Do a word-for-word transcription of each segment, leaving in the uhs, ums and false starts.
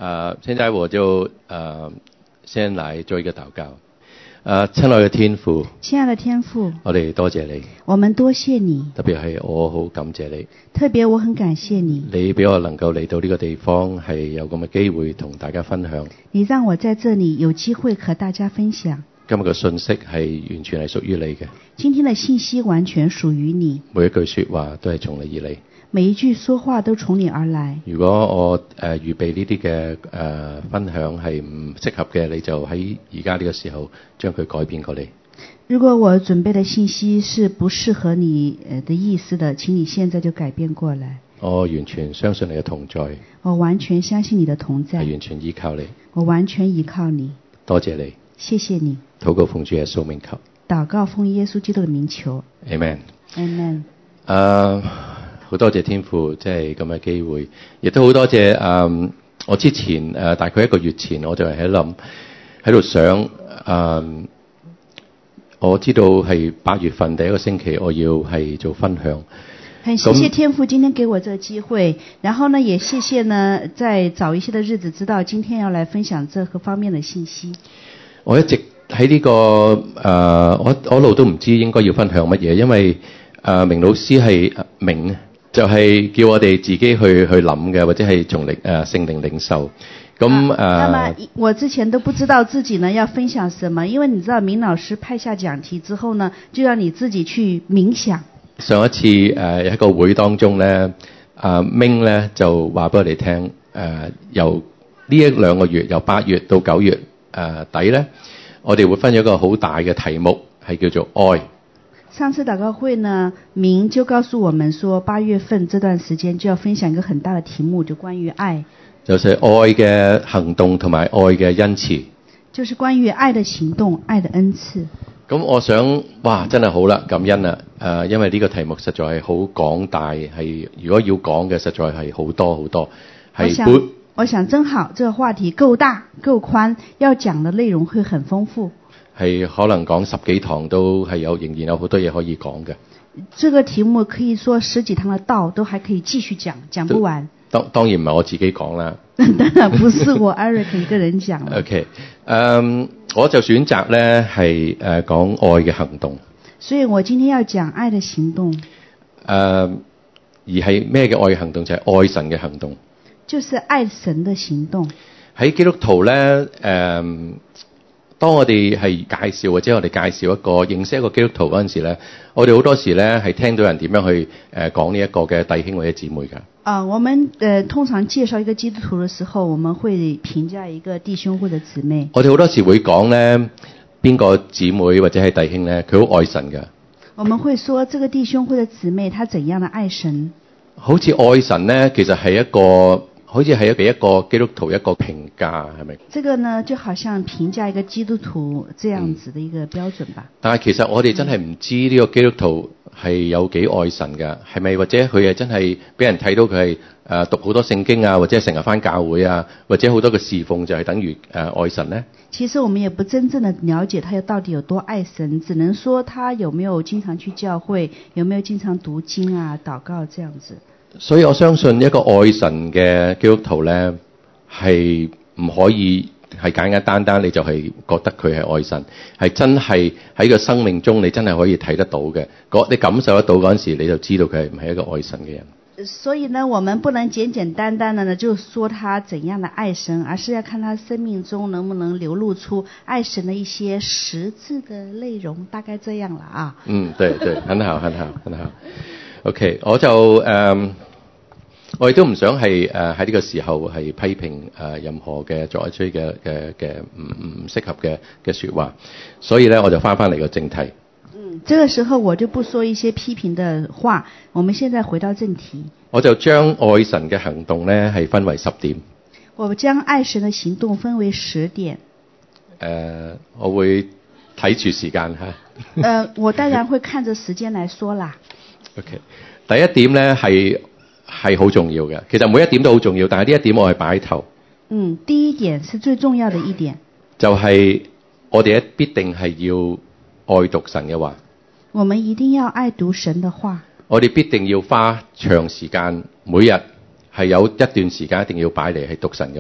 呃，現在我就呃先來做一個禱告。呃，親愛嘅天父， 親愛的天父， 我哋多謝你， 我們多謝你， 特別係我好感謝你， 特別我很感謝你， 你俾我能夠嚟到呢個地方係有咁嘅機會同大家分享。 你讓我在這裡有機會和大家分享。 今日嘅信息係完全係屬於你嘅， 今天的信息完全屬於你， 每一句說話都係從你而嚟。 每一句說話都從你而來。 如果我誒、呃、預備呢啲嘅誒分享係唔適合嘅，你就喺而家呢個時候將佢改變過嚟。 如果我準備的信息是不適合你的意思的，請你現在就改變過來。 我完全相信你嘅同在， 我完全相信你的同在， 係完全依靠你。 我完全依靠你。 多謝你， 謝謝你。 禱告奉主耶穌名求。 禱告奉耶穌基督的名求。 Amen。 Amen。 誒，好多謝天父，即係咁嘅機會，亦都好多謝誒、呃，我之前誒、呃、大概一個月前，我就係喺諗喺度想誒、呃，我知道係八月份第一個星期我要係做分享。 很謝謝天父今天給我這個機會，然後呢，也謝謝呢，在早一些的日子知道今天要來分享這個方面的信息。我一直喺呢、這個誒、呃，我我一路都唔知應該要分享乜嘢，因為誒、呃、明老師係明，就係、是、叫我哋自己去去諗嘅，或者係從靈誒聖靈領受。咁誒、啊，那麼我之前都不知道自己呢要分享什麼，因為你知道明老師派下講題之後呢，就讓你自己去冥想。上一次誒、呃、一個會當中咧，阿、啊、明咧就話俾我哋聽，誒、呃、由呢一兩個月，由八月到九月誒、呃、底咧，我哋會分咗一個好大嘅題目，係叫做愛。上次禱告會呢，明就告訴我們說，八月份這段時間就要分享一個很大的題目，就關於愛。就是愛嘅行動同埋愛嘅恩賜。就是關於愛的行動、愛的恩賜。咁我想，哇，真係好啦，感恩啦，誒、呃，因為呢個題目實在係好廣大，係如果要講嘅，實在係好多好多。係我想，我想真好，這個話題夠大夠寬，要講的內容會很豐富。係可能講十幾堂都係有，仍然有好多嘢可以講嘅。這個題目可以說十幾堂的道都還可以繼續講，講不完。當當然唔係我自己講啦。當然不是我 Eric 一個人講。OK， 誒、um,。我就選擇咧係誒講愛嘅行動，所以我今天要講愛的行動。誒、呃，而係咩嘅愛嘅行動？就係、是、愛神嘅行動，就是愛神的行動。喺基督徒咧，誒、呃，當我哋係介紹或者我哋介紹一個認識一個基督徒嗰陣時咧，我哋好多時咧係聽到人點樣去誒講呢一個嘅弟兄或者姊妹㗎。啊，我們誒、呃、通常介紹一個基督徒嘅時候，我們會評價一個弟兄或者姊妹。我哋好多時會講咧，邊個姊妹或者係弟兄咧，佢好愛神㗎。我們會說，這個弟兄或者姊妹，他怎樣的愛神？好似愛神咧，其實係一個，好似係俾一個基督徒一個評價，係咪？這個呢，就好像評價一個基督徒這樣子的一個標準吧。嗯、但係其實我哋真係唔知呢個基督徒係有幾愛神㗎，係咪？或者佢係真係俾人睇到佢係誒讀好多聖經啊，或者成日返教會啊，或者好多嘅侍奉就係等於誒、呃、愛神呢？其實我們也不真正的了解他到底有多愛神，只能說他有沒有經常去教會，有沒有經常讀經啊、禱告這樣子。所以我相信一個愛神嘅基督徒咧，係唔可以係簡簡單單你就係覺得佢係愛神，係真係喺個生命中你真係可以睇得到嘅，你感受得到嗰陣時，你就知道佢係唔係一個愛神嘅人。所以呢，我們不能簡簡單單的呢就說他怎樣的愛神，而是要看他生命中能不能流露出愛神的一些實質的內容，大概這樣了啊。嗯，對對，很好很好很好。OK， 我就誒。嗯我亦都唔想係誒喺呢個時候係批評誒、呃、任何嘅作一吹嘅嘅嘅唔唔適合嘅嘅說話，所以咧我就翻翻嚟個正題。嗯，這個時候我就不說一些批評的話，我們現在回到正題。我就將愛神嘅行動咧係分為十點。我將愛神嘅行動分為十點。誒、呃，我會睇住時間嚇。誒、呃，我當然會看着時間來說啦。OK， 第一點咧係。係好重要嘅，其實每一點都好重要，但係呢一點我係擺喺頭。嗯，第一點是最重要的一點，就係、是、我哋必定係要愛讀神嘅話。我們一定要愛讀神的話。我哋必定要花長時間，每日係有一段時間一定要擺嚟係讀神嘅話。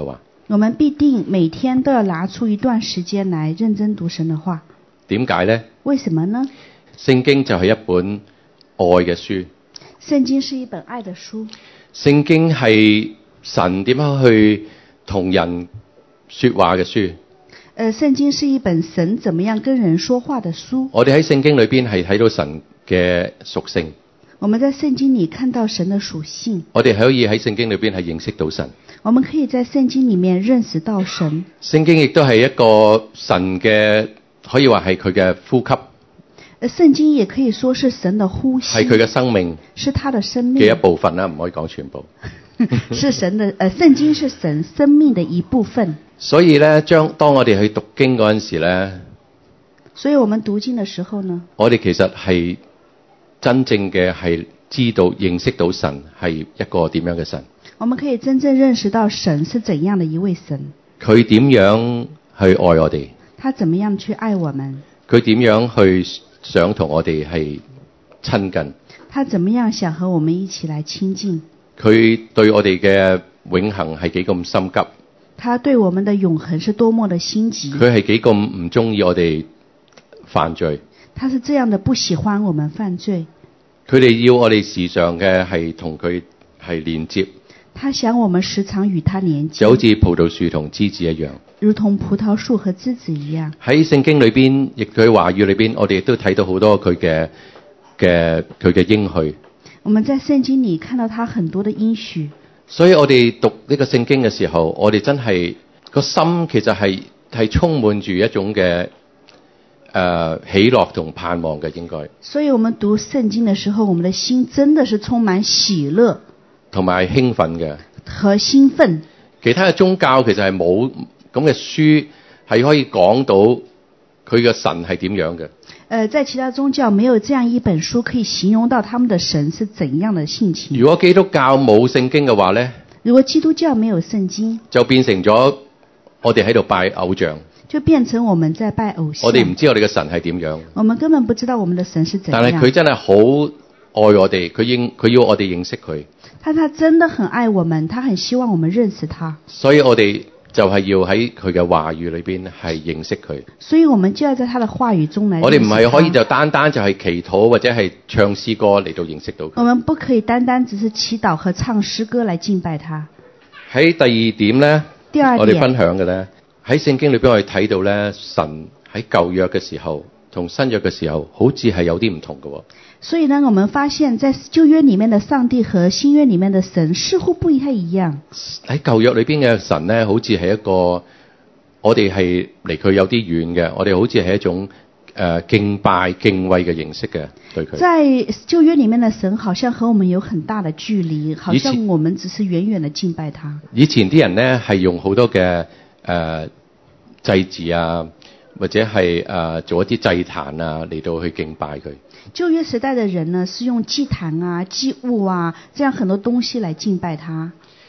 我們必定每天都要拿出一段時間來認真讀神的話。 點解呢？ 為什麼呢？ 聖經就係一本愛嘅書。 聖經是一本愛的書。 聖經係神點樣去同人說話嘅書。 呃，聖經是一本神怎麼樣跟人說話的書。 我哋喺聖經裏邊係睇到神嘅屬性。 我們在聖經裏看到神的屬性。 我哋可以喺聖經裏邊係認識到神。 我們可以在聖經裏面認識到神。 聖經亦都係一個神嘅，可以話係佢嘅呼吸。 呃，聖經也可以說是神的呼吸。 係佢嘅生命。 是他的生命嘅一部分啦，唔可以講全部。 是神的，呃，聖經是神生命的一部分。 所以咧，將當我哋去讀經嗰陣時咧， 所以我們讀經的時候呢， 我哋其實係真正嘅係知道認識到神係一個點樣嘅神。 我們可以真正認識到神是怎樣的一位神。 佢點樣去愛我哋？ 他怎麼樣去愛我們？ 佢點樣去想同我哋係親近？ 他怎麼樣想和我們一起來親近？ 佢對我哋嘅永恆係幾咁心急？ 他對我們的永恆是多麼的心急？ 佢係幾咁唔中意我哋犯罪？ 他是這樣的不喜歡我們犯罪。 佢哋要我哋時常嘅係同佢係連接。 他想我們時常與他連接， 就好似葡萄樹同枝子一樣， 如同葡萄樹和枝子一樣。 喺聖經裏邊，亦佢話語裏邊，我哋亦都睇到好多佢嘅嘅佢嘅應許。 我們在聖經裏看到他很多的應許。 所以我哋讀呢個聖經嘅時候，我哋真係個心其實係係充滿住一種嘅誒、呃、喜樂同盼望嘅，應該。 所以我們讀聖經的時候，我們的心真的是充滿喜樂同埋興奮嘅和興奮。 其他嘅宗教其實係冇咁嘅書係可以講到佢嘅神係點樣嘅。 呃，在其他宗教沒有這樣一本書可以形容到他們的神是怎樣的性情。 如果基督教冇聖經嘅話呢， 如果基督教沒有聖經， 就變成咗我哋喺度拜偶像， 就變成我們在拜偶像。 我哋唔知我哋嘅神係點樣， 我們根本不知道我們的神是怎樣。 但係佢真係好愛我哋，佢應佢要我哋認識佢。 但他真的很愛我們，他很希望我們認識他。 所以我哋就係要喺佢嘅話語裏邊係認識佢。 所以我們就要在他的話語中來認識他。 我哋唔係可以就單單就係祈禱或者係唱詩歌嚟到認識到佢。 我們不可以單單只是祈禱和唱詩歌來敬拜他。 喺第二點咧， 第二點我哋分享嘅咧，喺聖經裏邊我哋睇到咧，神喺舊約嘅時候同新約嘅時候，好似係有啲唔同嘅。 所以呢，我們發現在舊約裡面的上帝和新約裡面的神似乎不太一樣。 喺舊約裏邊嘅神咧，好似係一個我哋係離佢有啲遠嘅，我哋好似係一種誒、呃、敬拜敬畏嘅形式嘅對佢。 在舊約裡面的神好像和我們有很大的距離，好像我們只是遠遠的敬拜他。 以前啲人咧係用好多嘅誒、呃、祭祀啊，或者係誒、呃、做一啲祭壇啊嚟到去敬拜佢。 舊約時代的人呢，是用祭壇啊、祭物啊，這樣很多東西來敬拜他。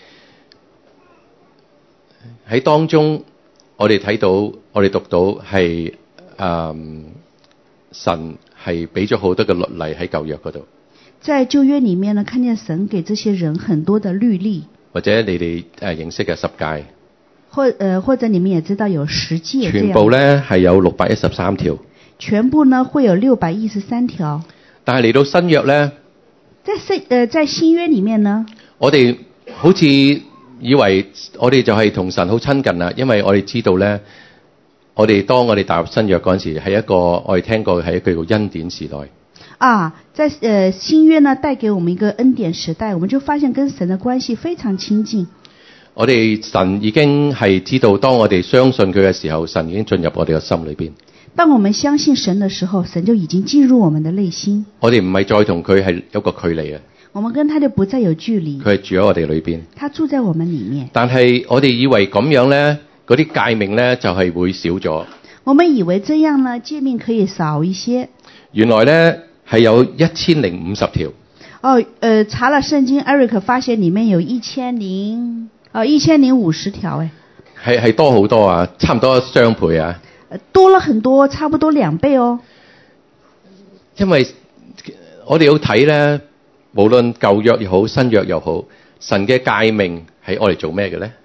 喺當中，我哋睇到，我哋讀到係誒、嗯、神係俾咗好多嘅律例喺舊約嗰度。在舊約裡面呢，看見神給這些人很多的律例。 或者你哋誒認識嘅十誡。 或誒、呃、或者你們也知道有十誡。 全部咧係有六百一十三條。 全部呢會有六百一十三條， 但係嚟到新約咧， 在新呃在新約裡面呢， 我哋好似以為我哋就係同神好親近啦，因為我哋知道咧，我哋當我哋踏入新約嗰陣時，係一個我哋聽過係一個叫恩典時代。 啊，在呃新約呢帶給我們一個恩典時代，我們就發現跟神的關係非常親近。 我哋神已經係知道，當我哋相信佢嘅時候，神已經進入我哋嘅心裏邊。 當我們相信神的時候，神就已經進入我們的內心。我哋唔係再同佢係有個距離嘅。 我們跟他就不再有距離。 佢係住喺我哋裏邊。 他住在我們裡面。 但係我哋以為咁樣咧，嗰啲誡命咧就係會少咗。 我們以為這樣呢，誡命可以少一些。 原來咧係有一千零五十條。 哦，呃，查了聖經 ，Eric 發現裡面有一千零，哦，一千零五十條，誒， 係係多好多啊，差唔多雙倍啊。 多了很多，差不多兩倍哦。 因為我哋要睇咧，無論舊約又好，新約又好，神嘅誡命係愛嚟做咩嘅咧？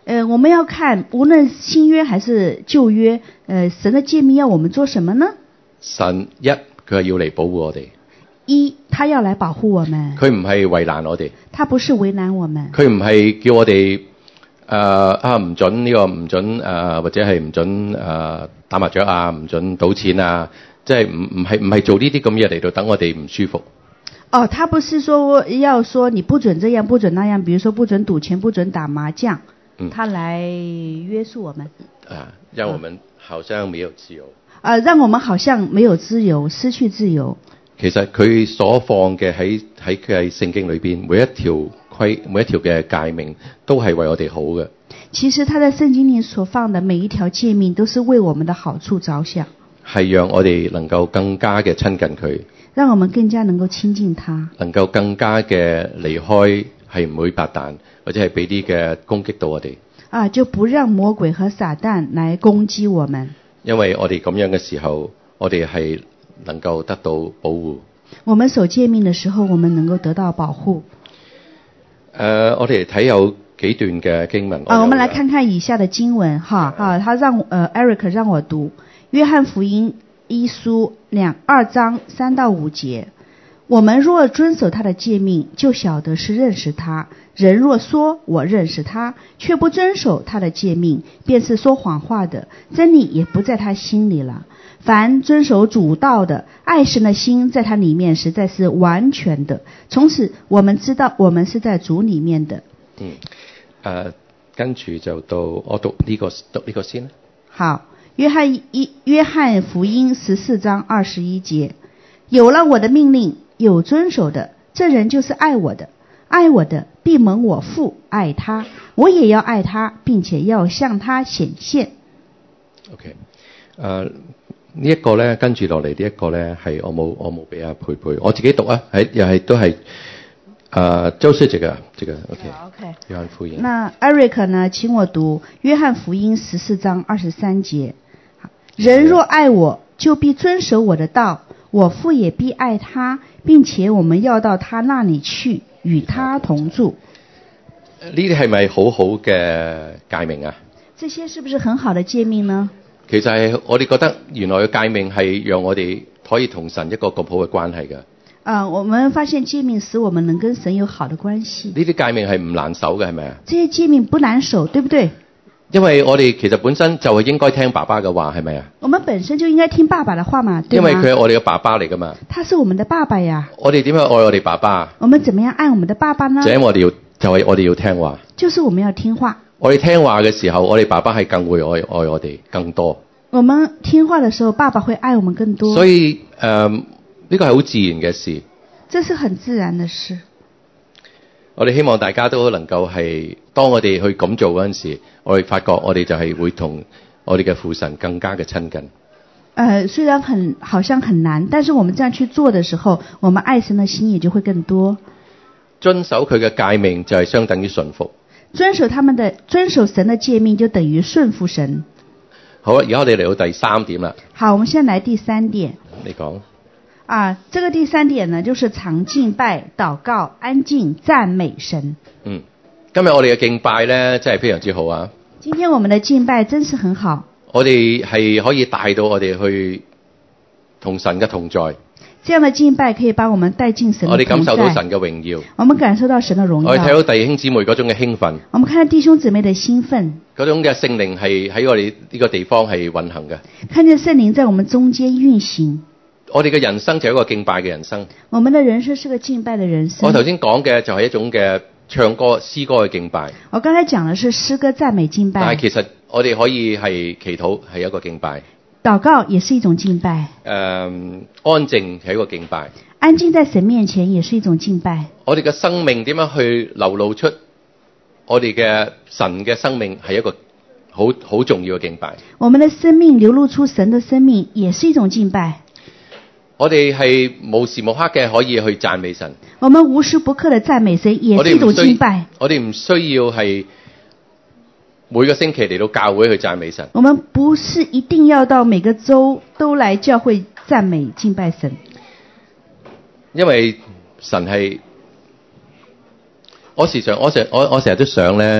呃，我們要看無論新約還是舊約，呃，神的誡命要我們做什麼呢？ 神一佢係要嚟保護我哋， 一，他要來保護我們， 佢唔係為難我哋， 他不是為難我們， 佢唔係叫我哋誒、呃、啊唔準呢、這個唔準誒、呃、或者係唔準誒、呃、打麻雀啊，唔準賭錢啊，即係唔唔係唔係做呢啲咁嘢嚟到等我哋唔舒服。 哦，他不是說要說你不准這樣不准那樣，比如說不准賭錢不准打麻將，嗯、他來約束我們啊，讓我們好像沒有自由啊，讓我們好像沒有自由，失去自由。 其實佢所放嘅喺喺佢喺聖經裏邊每一條規每一條嘅誡命都係為我哋好嘅。 其實他在聖經裏所放的每一條誡命都是為我們的好處着想，係讓我哋能夠更加嘅親近佢， 讓我們更加能夠親近他， 能夠更加嘅離開係唔會撒旦或者係俾啲嘅攻擊到我哋啊，就不讓魔鬼和撒旦來攻擊我們。 因為我哋咁樣嘅時候，我哋係能夠得到保護。 我們守誡命的時候，我們能夠得到保護。誒、 呃，我哋嚟睇有幾段嘅經文。 啊，我們來看看以下的經文哈啊，他讓呃 Eric 讓我讀約翰福音一書兩二章三到五節。我們若遵守他的誡命，就曉得是認識他。人若說我認識他，卻不遵守他的誡命，便是說謊話的，真理也不在他心裏了。凡遵守主道的，愛神的心在他裏面實在是完全的。從此我們知道我們是在主裏面的。 嗯，誒，跟住就到我讀呢個讀呢個先。 好，約翰一約翰福音十四章二十一節，有了我的命令，有遵守的，這人就是愛我的。愛我的，必蒙我父愛他，我也要愛他，並且要向他顯現。OK， 誒呢一個咧，跟住落嚟呢一個咧，係我冇我冇俾阿培培，我自己讀啊，喺又係都係誒周師姐嘅，這個 OK OK。 約翰福音。 那 Eric 呢？請我讀約翰福音十四章二十三節。人若愛我，就必遵守我的道，我父也必愛他，並且我們要到他那裡去，與他同住。 呢啲係咪好好嘅誡命啊？ 這些是不是很好的誡命呢？ 其實係我哋覺得原來嘅誡命係讓我哋可以同神一個咁好嘅關係嘅。 啊、呃，我們發現誡命使我們能跟神有好的關係。 呢啲誡命係唔難守嘅，係咪啊？ 這些誡命不難守，對不對？ 因為我哋其實本身就係應該聽爸爸嘅話，係咪啊？ 我們本身就應該聽爸爸的話嘛，對嗎？ 因為佢係我哋嘅爸爸嚟噶嘛。 他是我們的爸爸呀。 我哋點樣愛我哋爸爸？ 我們怎麼樣愛我們的爸爸呢？ 就因為我哋要，就係、是、我哋要聽話。 就是我們要聽話。 我哋聽話嘅時候，我哋爸爸係更會愛愛我哋更多。 我們聽話的時候，爸爸會愛我們更多。 所以誒，呢、這個係好自然嘅事。 這是很自然的事。 我哋希望大家都能夠係，當我哋去咁做嗰陣時，我哋發覺我哋就係會同我哋嘅父神更加嘅親近。 呃，雖然很好像很難，但是我們這樣去做的時候，我們愛神的心也就會更多。 遵守佢嘅誡命就係相等於順服。 遵守他們的遵守神的誡命就等於順服神。 好，而家我哋嚟到第三點啦。 好，我們現在來第三點。 你講。 啊，這個第三點呢，就是常敬拜、禱告、安靜、讚美神。 嗯，今日我哋嘅敬拜咧，真係非常之好啊！ 今天我們的敬拜真是很好。 我哋係可以帶到我哋去同神嘅同在。 這樣的敬拜可以把我們帶進神的同在。 我哋感受到神嘅榮耀。 我們感受到神的榮耀。 我哋睇到弟兄姊妹嗰種嘅興奮。 我們看到弟兄姊妹的興奮。 嗰種嘅聖靈係喺我哋呢個地方係運行嘅。 看見聖靈在我們中間運行。 我哋嘅人生就係一個敬拜嘅人生。 我們的人生是個敬拜的人生。 我頭先講嘅就係一種嘅唱歌、詩歌嘅敬拜。 我剛才講的是詩歌讚美敬拜。 但係其實我哋可以係祈禱，係一個敬拜。 禱告也是一種敬拜。 誒、嗯，安靜係一個敬拜。 安靜在神面前也是一種敬拜。 我哋嘅生命點樣去流露出我哋嘅神嘅生命係一個好好重要嘅敬拜。 我們的生命流露出神的生命也是一種敬拜。 我哋係無時無刻嘅可以去讚美神。 我們無時不刻的讚美神也是一種敬拜。 我哋唔需要係每個星期嚟到教會去讚美神。 我們不是一定要到每個週都來教會讚美敬拜神。 因為神係，我時常我成我我成日都想咧，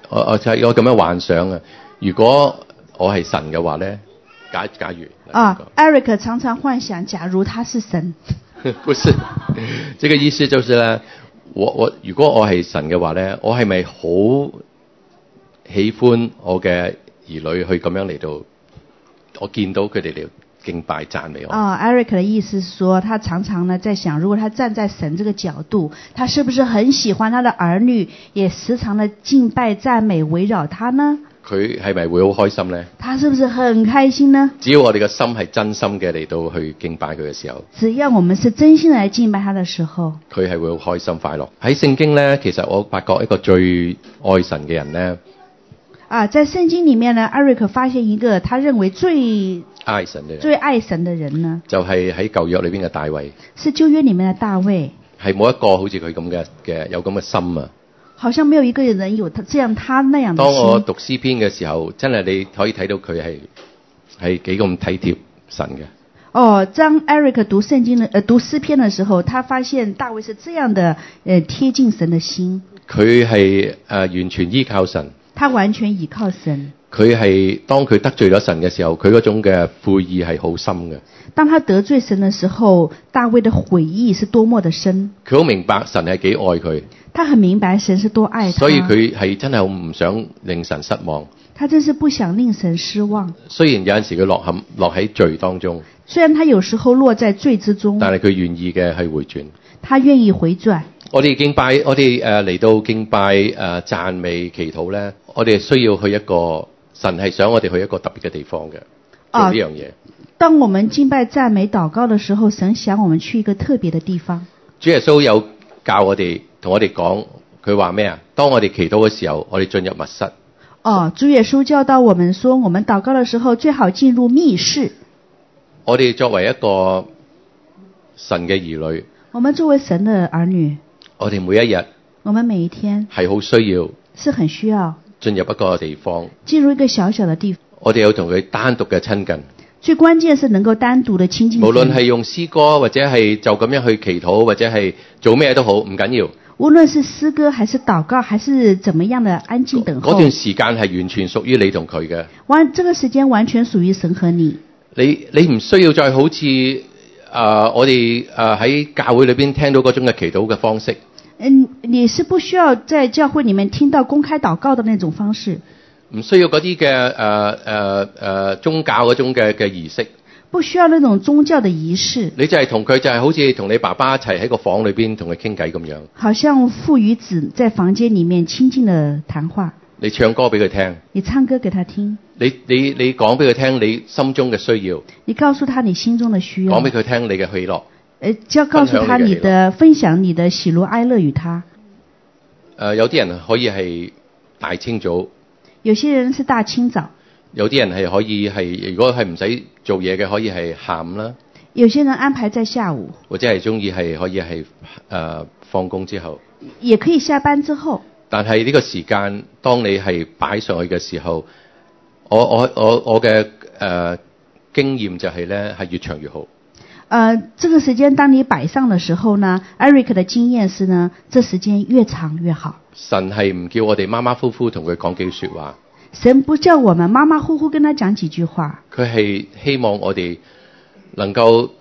我我就係我咁樣幻想啊，如果我係神嘅話咧，假假如啊 ，Eric 常常幻想，假如他是神。 不是，這個意思就是咧，我我如果我係神嘅話咧，我係咪好喜歡我嘅兒女去咁樣嚟到，我見到佢哋嚟敬拜讚美我。 哦 ，Eric 的意思是說，他常常呢在想，如果他站在神這個角度，他是不是很喜歡他的兒女，也時常的敬拜讚美圍繞他呢？ 佢係咪會好開心呢？ 他是不是很開心呢？ 只要我哋嘅心係真心嘅嚟到去敬拜佢嘅時候， 只要我們是真心來敬拜他的時候， 佢係會好開心快樂。喺聖經呢，其實我發覺一個最愛神嘅人呢， 啊，在聖經裡面呢 ，Eric 發現一個他認為最愛神嘅人， 最愛神的人呢， 就係喺舊約裏邊嘅大衛， 是舊約裡面的大衛， 係冇一個好似佢咁嘅嘅有咁嘅心啊！ 好像沒有一個人有他這樣他那樣的心。 當我讀詩篇嘅時候，真係你可以睇到佢係係幾咁體貼神嘅。 哦，當 Eric 讀聖經的呃讀詩篇的時候，他發現大衛是這樣的呃貼近神的心。 佢係誒完全依靠神。 他完全依靠神。 佢係當佢得罪咗神嘅時候，佢嗰種嘅悔意係好深嘅。 當他得罪神的時候，大衛的悔意是多麼的深。 佢好明白神係幾愛佢。 他很明白神是多愛他。 所以佢係真係好唔想令神失望。 他真是不想令神失望。 雖然有陣時佢落陷落喺罪當中。 雖然他有時候落在罪之中。 但係佢願意嘅係回轉。 他願意回轉。我哋敬拜，我哋誒嚟到敬拜誒讚、呃、美祈禱咧，我哋需要去一個神係想我哋去一個特別嘅地方嘅做呢樣嘢。 當我們敬拜讚美禱告的時候，神想我們去一個特別的地方。 主耶穌有教我哋，同我哋講，佢話咩啊？當我哋祈禱嘅時候，我哋進入密室。 哦，主耶穌教導我們說，我們禱告的時候最好進入密室。 我哋作為一個神嘅兒女， 我們作為神的兒女， 我哋每一日， 我們每一天係好需要， 是很需要進入一個地方， 進入一個小小的地方。 我哋要同佢單獨嘅親近。 最關鍵是能夠單獨的親近。 無論係用詩歌，或者係就咁樣去祈禱，或者係做咩都好，唔緊要。 無論是詩歌，還是禱告，還是怎麼樣的安靜等候。 嗰段時間係完全屬於你同佢嘅。 完，這個時間完全屬於神和你。 你你唔需要再好似誒、呃、我哋誒喺教會裏邊聽到嗰種嘅祈禱嘅方式。 嗯，你是不需要在教會裡面聽到公開禱告的那種方式。唔需要嗰啲嘅誒誒誒宗教嗰種嘅嘅儀式。 不需要那種宗教的儀式。 你就係同佢就係好似同你爸爸一齊喺個房裏邊同佢傾偈咁樣。好像父與子在房間裡面親近的談話。 你唱歌俾佢聽。 你唱歌給他聽。 你你你講俾佢聽你心中嘅需要。 你告訴他你心中的需要。 講俾佢聽你嘅喜樂。 誒，就告訴他你的分享你的喜怒哀樂與他。 誒、呃，有啲人可以係大清早。 有些人是大清早。 有啲人係可以係，如果係唔使做嘢嘅，可以係下午啦。 有些人安排在下午。或者係中意係可以係誒放工之後。 也可以下班之後。但係呢個時間，當你係擺上去嘅時候，我我我我嘅誒、呃、經驗就係咧，係越長越好。 呃，這個時間當你擺上的時候呢 ，Eric 的經驗是呢，這時間越長越好。 神係唔叫我哋馬馬虎虎同佢講幾句說話。 神不叫我們馬馬虎虎跟他講幾句話。 佢係希望我哋能夠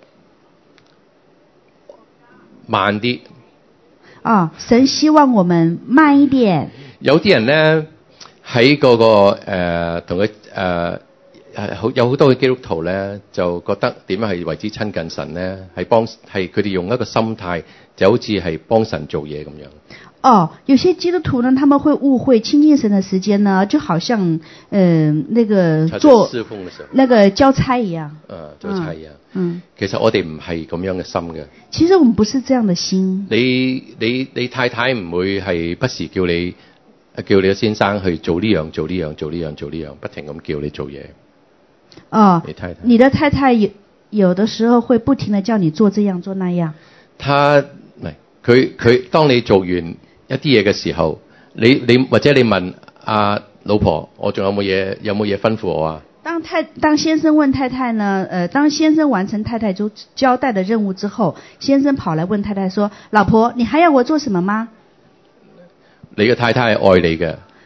慢啲。 啊，神希望我們慢一點。 有啲人咧喺嗰個誒同佢誒誒好有好多嘅基督徒咧，就覺得點樣係為之親近神咧？係幫係佢哋用一個心態，就好似係幫神做嘢咁樣。 哦，有些基督徒呢，他們會誤會親近神的時間呢，就好像嗯、呃、那個做侍奉的時候， 那個交差一樣。 嗯，交差一樣。 嗯， 其實我哋唔係咁樣嘅心嘅。 其實我們不是這樣的心。 你你你太太唔會係不時叫你叫你嘅先生去做呢樣做呢樣做呢樣做呢樣，不停咁叫你做嘢。 哦， 你太太， 你的太太有有的時候會不停地叫你做這樣做那樣。 他唔係佢佢當你做完一啲嘢嘅時候，你你或者你問阿、啊、老婆，我仲有冇嘢有冇嘢吩咐我啊？ 當太當先生問太太呢，呃，當先生完成太太就交代的任務之後，先生跑來問太太說：老婆，你還要我做什麼嗎？ 你嘅太太係愛你嘅。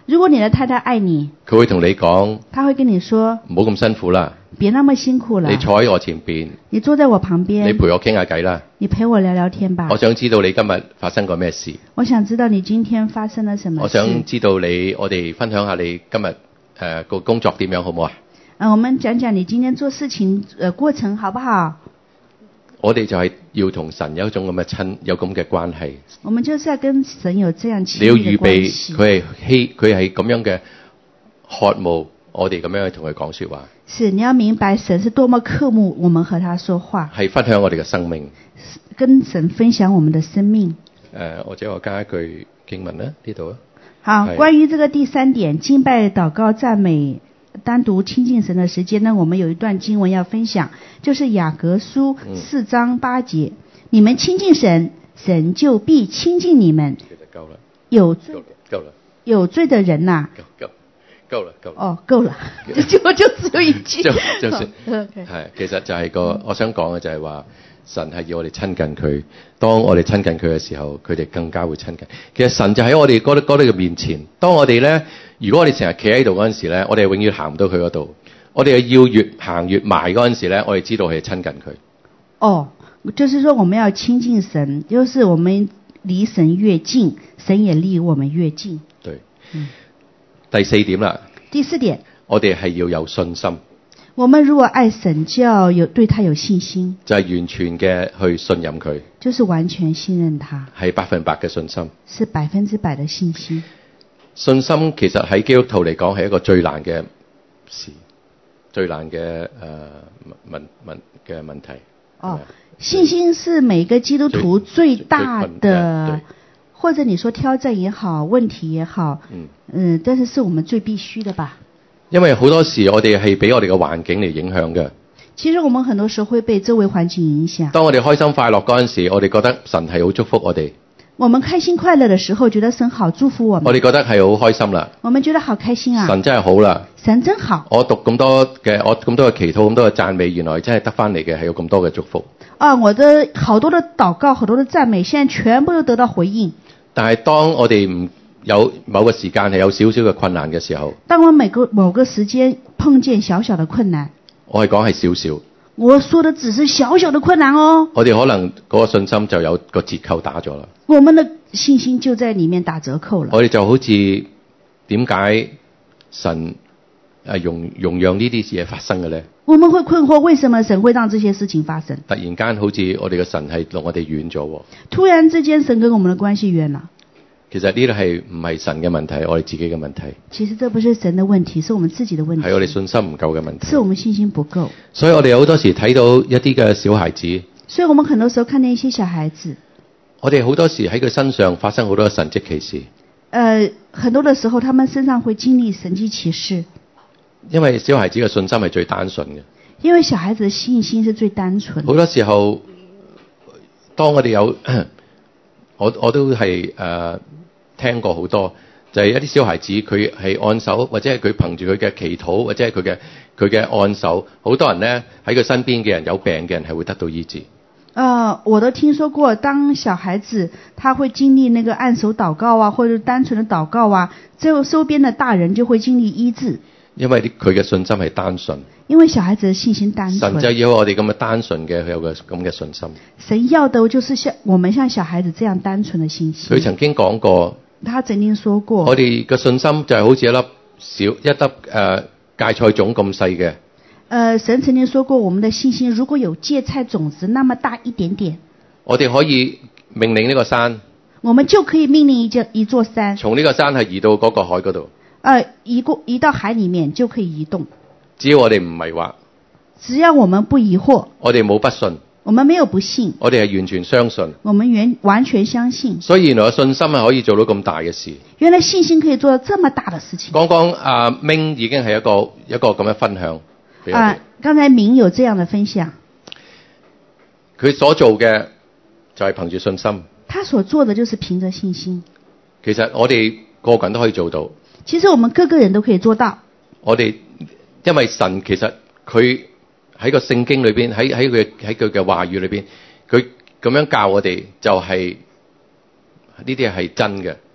如果你的太太愛你， 佢會同你講， 他會跟你說， 唔好咁辛苦啦， 別那麼辛苦了， 你坐喺我前邊， 你坐在我旁邊， 你陪我傾下偈啦， 你陪我聊聊天吧。 我想知道你今日發生過咩事， 我想知道你今天發生了什麼事。 我想知道你，我哋分享下你今日誒個工作點樣好唔好啊？ 啊，我們講講你今天做事情呃過程好不好？ 我哋就係要同神有一種咁嘅親，有咁嘅關係。 我們就是要跟神有這樣親你要密的關預備， 係。 佢係希，佢係咁樣嘅渴慕，我哋咁樣去同佢講說話， 是，你要明白神是多麼渴慕我們和他說話， 係分享我哋嘅生命。 跟神分享我們的生命。 誒，或者我加一句經文啦，呢度啊。 好， 係關於這個第三點，敬拜、禱告、讚美，單獨親近神的時間呢，我們有一段經文要分享，就是雅各書四章八節，嗯、你們親近神，神就必親近你們。 其實夠啦， 有罪， 夠啦， 有罪的人呐、啊， 夠夠夠啦，夠啦。 哦，夠了，就就只有一句， 就就算係， 其實就係個，我想講嘅就係話，神係要我哋親近佢。當我哋親近佢嘅時候，佢哋更加會親近。其實神就喺我哋嗰啲嗰啲嘅面前。當我哋咧，如果我哋成日企喺度嗰陣時咧，我哋永遠行唔到佢嗰度。我哋要越行越埋嗰陣時咧，我哋知道係親近佢。 哦，就是說我們要親近神，就是我們離神越近，神也離我們越近。 對， 嗯、 第四點啦。 第四點， 我哋係要有信心。 我們如果愛神，就要有對他有信心， 就係完全嘅去信任佢， 就是完全信任他， 係百分百嘅信心， 是百分之百的信心。 信心其實喺基督徒嚟講係一個最難嘅事，最難嘅誒問問嘅問題。 哦，信心是每個基督徒最大的，或者你說挑戰也好，問題也好，嗯嗯，但是是我們最必須的吧。 因為好多時我哋係俾我哋嘅環境嚟影響嘅。 其實我們很多時候會被周圍環境影響。 當我哋開心快樂嗰陣時，我哋覺得神係好祝福我哋。 我們開心快樂的時候，覺得神好祝福我們。 我哋覺得係好開心啦。 我們覺得好開心啊！ 神真係好啦。 神真好。 我讀咁多嘅，我咁多嘅祈禱，咁多嘅讚美，原來真係得翻嚟嘅係有咁多嘅祝福。 啊，我的好多的禱告，好多的讚美，現在全部都得到回應。但係當我哋唔有某個時間係有少少嘅困難嘅時候，當我每個某個時間碰見小小的困難，我係講係少少。我說的只是小小的困難哦。我哋可能嗰個信心就有個折扣打咗啦。我們的信心就在裡面打折扣了。我哋就好似點解神誒容容讓呢啲嘢發生嘅咧？我們會困惑，為什麼神會讓這些事情發生？突然間好似我哋嘅神係同我哋遠咗。突然之間，神跟我們的關係遠了。其實呢個係唔係神嘅問題，我哋自己嘅問題。其實這不是神的問題，是我們自己的問題。係我哋信心唔夠嘅問題。是我們信心不夠。所以我哋好多時睇到一啲嘅小孩子。所以我們很多時候看見一些小孩子。我哋好多時喺佢身上發生好多神蹟奇事。呃，很多的時候，他們身上會經歷神蹟奇事。因為小孩子嘅信心係最單純嘅。因為小孩子嘅信心是最單純。好多時候，當我哋有，我我都係誒。呃聽過好多，就係、是、一啲小孩子佢係按手，或者係佢憑住佢嘅祈禱，或者係佢嘅佢嘅按手，好多人呢，喺佢身邊嘅人有病嘅人係會得到醫治。呃，我都聽說過，當小孩子他會經歷那個按手禱告啊，或者單純的禱告啊，最後周邊的大人就會經歷醫治。因為佢嘅信心係單純。因為小孩子嘅信心單純。神就要我哋咁嘅單純嘅有個咁嘅信心。神要的就是像我們像小孩子這樣單純的信心。佢曾經講過。他曾經說過，我哋嘅信心就係好似一粒小一粒誒、呃、芥菜種咁細嘅。呃，神曾經說過，我們的信心如果有芥菜種子那麼大一點點，我哋可以命令呢個山，我們就可以命令一座一座山，從呢個山係移到嗰個海嗰度。呃，移過移到海裡面就可以移動。只要我哋唔迷惑，只要我們不疑惑，我哋冇不信。我們沒有不信，我哋係完全相信。我們完完全相信。所以原來信心係可以做到咁大嘅事。原來信心可以做到這麼大的事情。剛剛阿明已經係一個一個咁樣分享俾我哋。啊，剛才明有這樣的分享。佢所做嘅就係憑住信心。他所做的就是憑着信心。其實我哋個個人都可以做到。其實我們各個人都可以做到。我哋因為神其實佢。喺個聖經裏邊，喺喺佢喺佢嘅話語裏邊，佢咁樣教我哋就係呢啲係真嘅。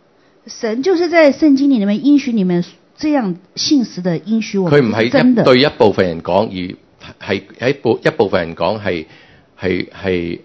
神就是在聖經裡面應許你們這樣信實的應許我們， 佢唔係一對一部分人講，而係喺部一部分人講係係係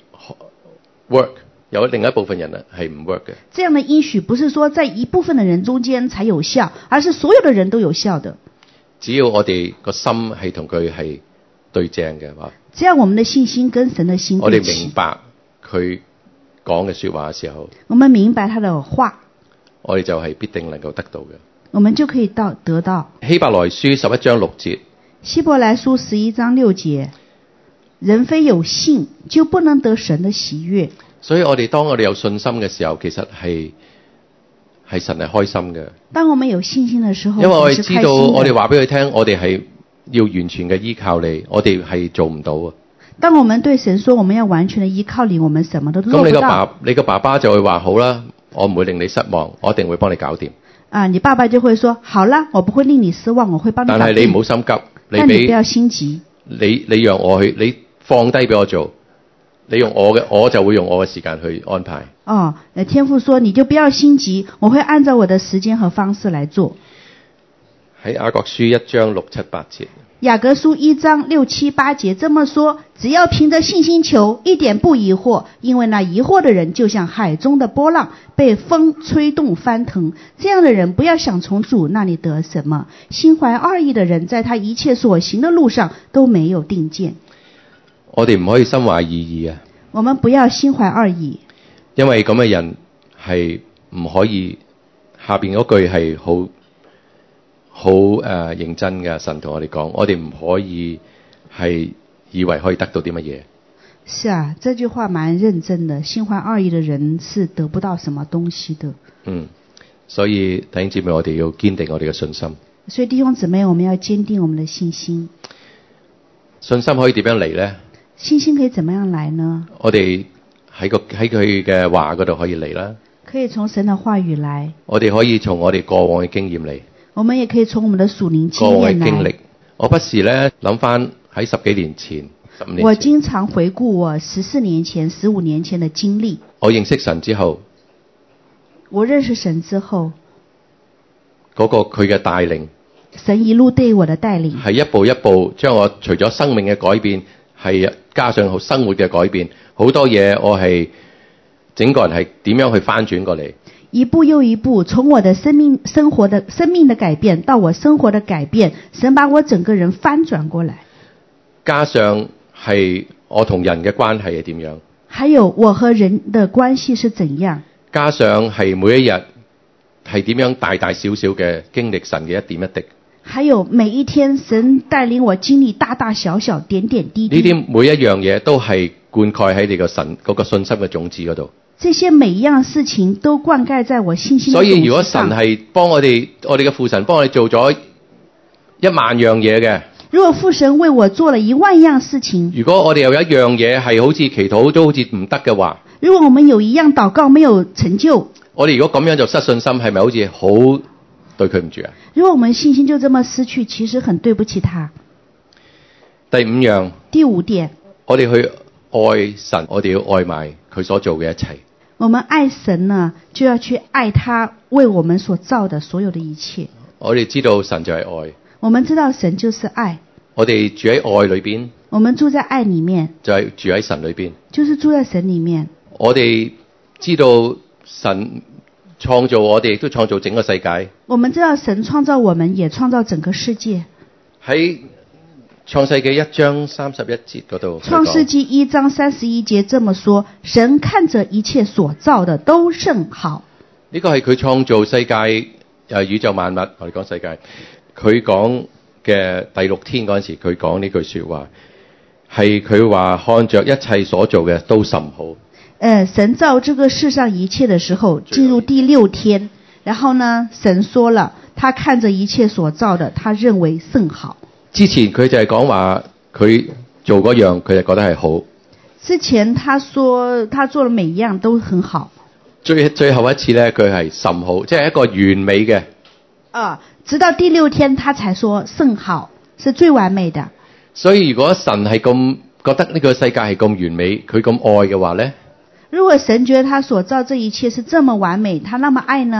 work， 有另一部分人啊係唔 work 嘅。 這樣的應許不是說在一部分的人中間才有效，而是所有的人都有效的。 只要我哋個心係同佢係對正嘅話， 只要我們的信心跟神的心我對齊， 哋明白佢講嘅說話嘅時候， 我們明白他的話， 我哋就係必定能夠得到嘅。 我們就可以到得到。 希伯來書十一章六節， 希伯來書十一章六節，人非有信就不能得神的喜悅。 所以我哋當我哋有信心嘅時候，其實係係神係開心嘅。 當我們有信心的時候， 因為我哋知道我哋話俾佢聽，我哋係要完全嘅依靠你，我哋係做唔到啊。 當我們對神說我們要完全的依靠你，我們什麼都做不到。 咁你個爸，你個爸爸就會話好啦，我唔會令你失望，我一定會幫你搞掂。 啊，你爸爸就會說好啦，我不會令你失望，我會幫你搞定。 但係你唔好心急，你但你不要心急。 你你讓我去，你放低俾我做，你用我嘅，我就會用我嘅時間去安排。 哦，天父說你就不要心急，我會按照我的時間和方式來做。 喺雅各書一章六七八節。 雅各書一章六七八節這麼說，只要憑着信心求，一點不疑惑，因為那疑惑的人就像海中的波浪，被風吹動翻騰。這樣的人不要想從主那裡得什麼。心懷二意的人，在他一切所行的路上都沒有定見。 我哋唔可以心懷二意啊！ 我們不要心懷二意， 因為咁嘅人係唔可以，下邊嗰句係好好誒認真嘅。神同我哋講，我哋唔可以係以為可以得到啲乜嘢。 是啊，這句話蠻認真的。心懷二意的人是得不到什麼東西的。 嗯，所以弟兄姊妹，我哋要堅定我哋嘅信心。 所以弟兄姊妹，我們要堅定我們的信心。 信心可以點樣嚟呢？ 信心可以怎麼樣來呢？ 我哋喺個喺佢嘅話嗰度可以嚟啦。 可以從神的話語來。 我哋可以從我哋過往嘅經驗嚟。 我們也可以從我們的屬靈經驗來。 過往嘅經歷，我不時咧諗翻喺十幾年前、十五年前。 我經常回顧我十四年前、十五年前的經歷。 我認識神之後， 我認識神之後， 嗰個佢嘅帶領， 神一路對我的帶領， 係一步一步將我除咗生命嘅改變，係加上生活嘅改變，好多嘢我係整個人係點樣去翻轉過嚟。 一步又一步，從我的生命、生活的生命的改變到我生活的改變，神把我整個人翻轉過來。加上係我同人嘅關係係點樣？ 還有我和人的關係是怎樣？ 加上係每一日係點樣大大小小嘅經歷神嘅一點一滴？ 還有每一天神帶領我經歷大大小小點點滴滴。 呢啲每一樣嘢都係灌溉喺你個神嗰個信心嘅種子嗰度。 這些每一樣事情都灌溉在我信心的種子上。所以如果神係幫我哋，我哋嘅父神幫我哋做咗一萬樣嘢嘅。 如果父神為我做了一萬樣事情， 如果我哋有一樣嘢係好似祈禱都好似唔得嘅話， 如果我們有一樣禱告沒有成就， 我哋如果咁樣就失信心，係咪好似好對佢唔住啊？ 如果我們信心就這麼失去，其實很對不起他。 第五樣， 第五點， 我哋去愛神，我哋要愛埋佢所做嘅一切。 我們愛神呢，就要去愛他為我們所造的所有的一切。 我哋知道神就係愛。 我們知道神就是愛。 我哋住喺愛裏邊。 我們住在愛裏面。 就係住喺神裏邊。 就是住在神裏面。 我哋知道神創造我哋，亦都創造整個世界。 我們知道神創造我們，也創造整個世界。喺創世記一章三十一節嗰度。 創世記一章三十一節這麼說：神看着一切所造的都甚好。 呢個係佢創造世界誒宇宙萬物，我哋講世界。佢講嘅第六天嗰陣時，佢講呢句說話，係佢話看着一切所做嘅都甚好。誒、 呃，神造這個世上一切的時候，進入第六天，然後呢，神說了，他看着一切所造的，他認為甚好。 之前佢就係講話佢做嗰樣，佢就覺得係好。 之前他說他做了每一樣都很好。 最最後一次咧，佢係甚好，即係一個完美嘅。 啊。直到第六天，他才說甚好，是最完美的。 所以如果神係咁覺得呢個世界係咁完美，佢咁愛嘅話呢？ 如果神覺得他所造這一切是這麼完美，他那麼愛呢？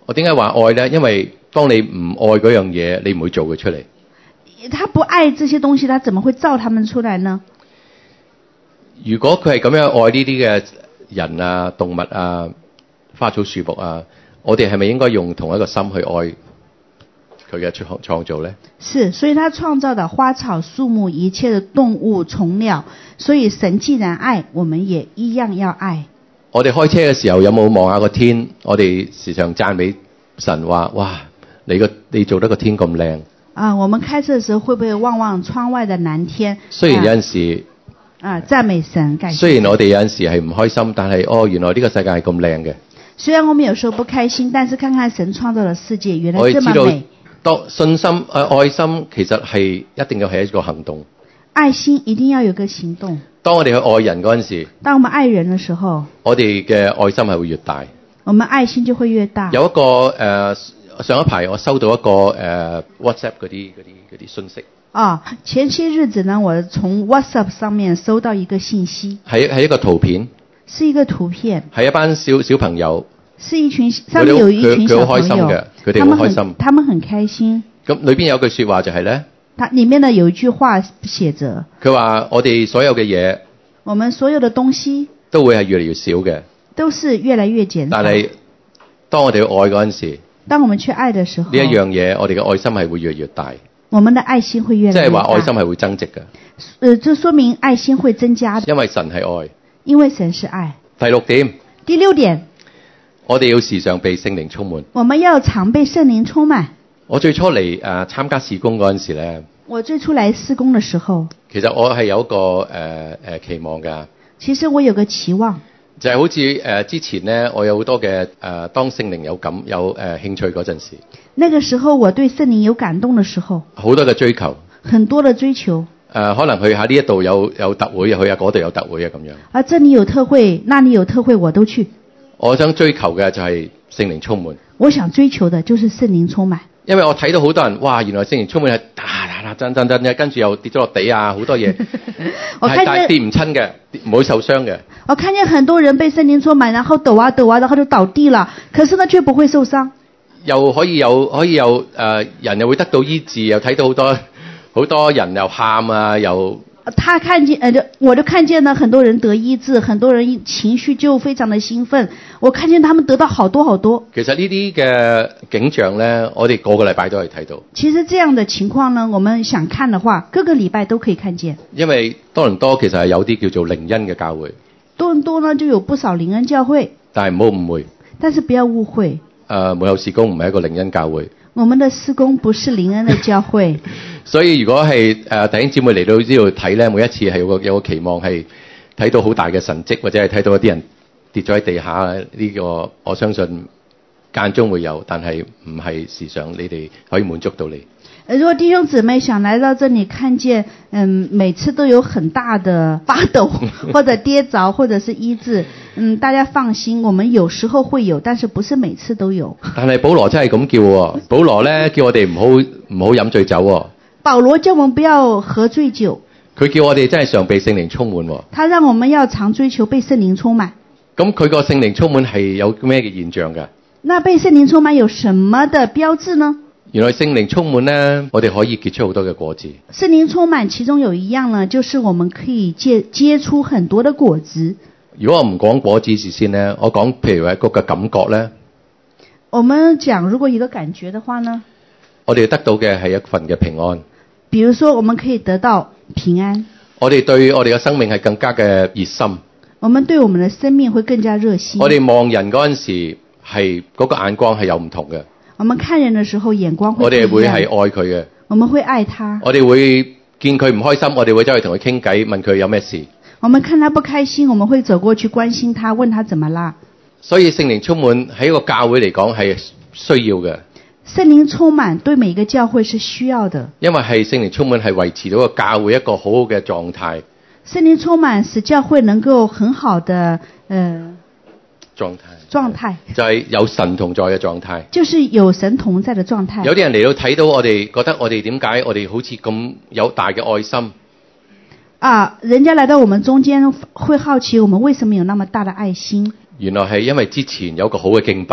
我點解話愛呢？因為當你唔愛嗰樣嘢，你唔會做佢出嚟。 他不愛這些東西，他怎麼會造他們出來呢？ 如果佢係咁樣愛呢啲嘅人啊、動物啊、花草樹木啊，我哋係咪應該用同一個心去愛佢嘅創創造呢？ 是，所以他創造的花草樹木、一切的動物、蟲鳥，所以神既然愛，我們也一樣要愛。 我哋開車嘅時候有冇望下個天？我哋時常讚美神話：哇，你個你做得個天咁靚。 啊，我們開車的時候會不會望望窗外的藍天？ 雖然有陣時啊，讚美神，感謝神。 雖然我哋有陣時係唔開心，但係哦，原來呢個世界係咁靚嘅。 雖然我們有時候不開心，但是看看神創造的世界，原來這麼美。 當信心誒、呃、愛心其實係一定要係一個行動。 愛心一定要有個行動。 當我哋去愛人嗰陣時， 當我們愛人的時候， 我哋嘅愛心係會越大。 我們愛心就會越大。 有一個誒、呃，上一排我收到一個誒、呃、WhatsApp 嗰啲嗰啲嗰啲信息。 啊，前些日子呢，我從 WhatsApp 上面收到一個信息， 係係一個圖片， 是一個圖片， 係一班小小朋友， 是一群上面有一群小朋友， 佢哋好開心， 他們很開心。 咁裏邊有句說話就係咧， 它裏面呢有一句話寫着， 佢話我哋所有嘅嘢， 我們所有的東西都會係越嚟越少嘅， 都是越來越減少。 但係當我哋去愛嗰陣時， 當我們去愛的時候， 呢一樣嘢我哋嘅愛心係會越嚟越大。 我們的愛心會越來越大， 即係話愛心係會增值嘅。 呃，這說明愛心會增加的。 因為神係愛。 因為神是愛。 第六點。 第六點。 我哋要時常被聖靈充滿。 我們要常被聖靈充滿。 我最初嚟誒、呃、參加事工嗰陣時咧。 我最初來事工的時候。其實我係有一個誒誒、呃呃、期望㗎。 其實我有個期望。 就係、是、好似誒、呃、之前咧，我有好多嘅誒、呃，當聖靈有感有誒、呃、興趣嗰陣時。 那個時候我對聖靈有感動的時候。 好多嘅追求。很多的追求。誒、 呃，可能去下呢一度有有特會，去下嗰度有特會啊咁樣。 啊，這裡有特會，那裡有特會，我都去。 我想追求嘅就係聖靈充滿。 我想追求的就是聖靈充滿。因為我睇到好多人，哇！原來聖靈充滿係打打打震震震嘅，跟住又跌咗落地啊，好多嘢。我看見但係跌唔親嘅，唔會受傷嘅。我看見很多人被聖靈充滿，然後抖啊抖啊，然後就倒地了，可是呢卻不會受傷。又可以有可以有誒、呃、人又會得到醫治，又睇到好多好多人又喊啊又。他看見呃，我就看見了很多人得醫治，很多人情緒就非常的興奮。我看見他們得到好多好多。其實呢啲嘅景象呢，我哋個個禮拜都可以睇到。其實這樣的情況呢，我們想看的話，各個禮拜都可以看見。因為多倫多其實係有啲叫做靈恩嘅教會。多倫多呢就有不少靈恩教會。但係唔好誤會。但是不要誤會。誒、呃，門後事工唔係一個靈恩教會。我們的事工不是靈恩的教會。所以如果係誒弟兄姊妹嚟到呢度睇咧，每一次係有個有個期望係睇到好大嘅神蹟，或者係睇到一啲人跌咗喺地下呢、呢個，我相信間中會有，但係唔係時常你哋可以滿足到你。如果弟兄姊妹想來到這裡看見，嗯，每次都有很大的發抖，或者跌着，或者是醫治，嗯，大家放心，我們有時候會有，但是不是每次都有。但係保羅真係咁叫喎，保羅咧叫我哋唔好唔好飲醉酒喎。保羅叫我們不要喝醉酒。佢叫我哋真係常被聖靈充滿喎。他讓我們要常追求被聖靈充滿。咁佢個聖靈充滿係有咩嘅現象㗎？那被聖靈充滿有什麼的標誌呢？原來聖靈充滿呢，我哋可以結出好多嘅果子。聖靈充滿其中有一樣呢，就是我們可以結結出很多的果子。如果我唔講果子事先呢，我講譬如話一個嘅感覺呢。我們講如果一個感覺的話呢，我哋得到嘅係一份嘅平安。比如說，我們可以得到平安。我哋對我哋嘅生命係更加嘅熱心。我們對我們的生命會更加熱心。我哋望人嗰陣時係嗰個眼光係有唔同嘅。我們看人的時候眼光會不一樣。我哋會係愛佢嘅。我們會愛他。我哋會見佢唔開心，我哋會走去同佢傾偈，問佢有咩事。我們看他不開心，我們會走過去關心他，問他怎麼啦。所以聖靈充滿喺一個教會嚟講係需要嘅。聖靈充滿對每一個教會是需要的。因為係聖靈充滿係維持到個教會一個好好嘅狀態。聖靈充滿使教會能夠很好的呃狀態。狀態就係、是、有神同在嘅狀態。就是有神同在的狀態。有啲人嚟到睇到我哋，覺得我哋點解我哋好似咁有大嘅愛心。啊，人家來到我們中間會好奇我們為什麼有那麼大的愛心。原來係因為之前有個好嘅敬拜。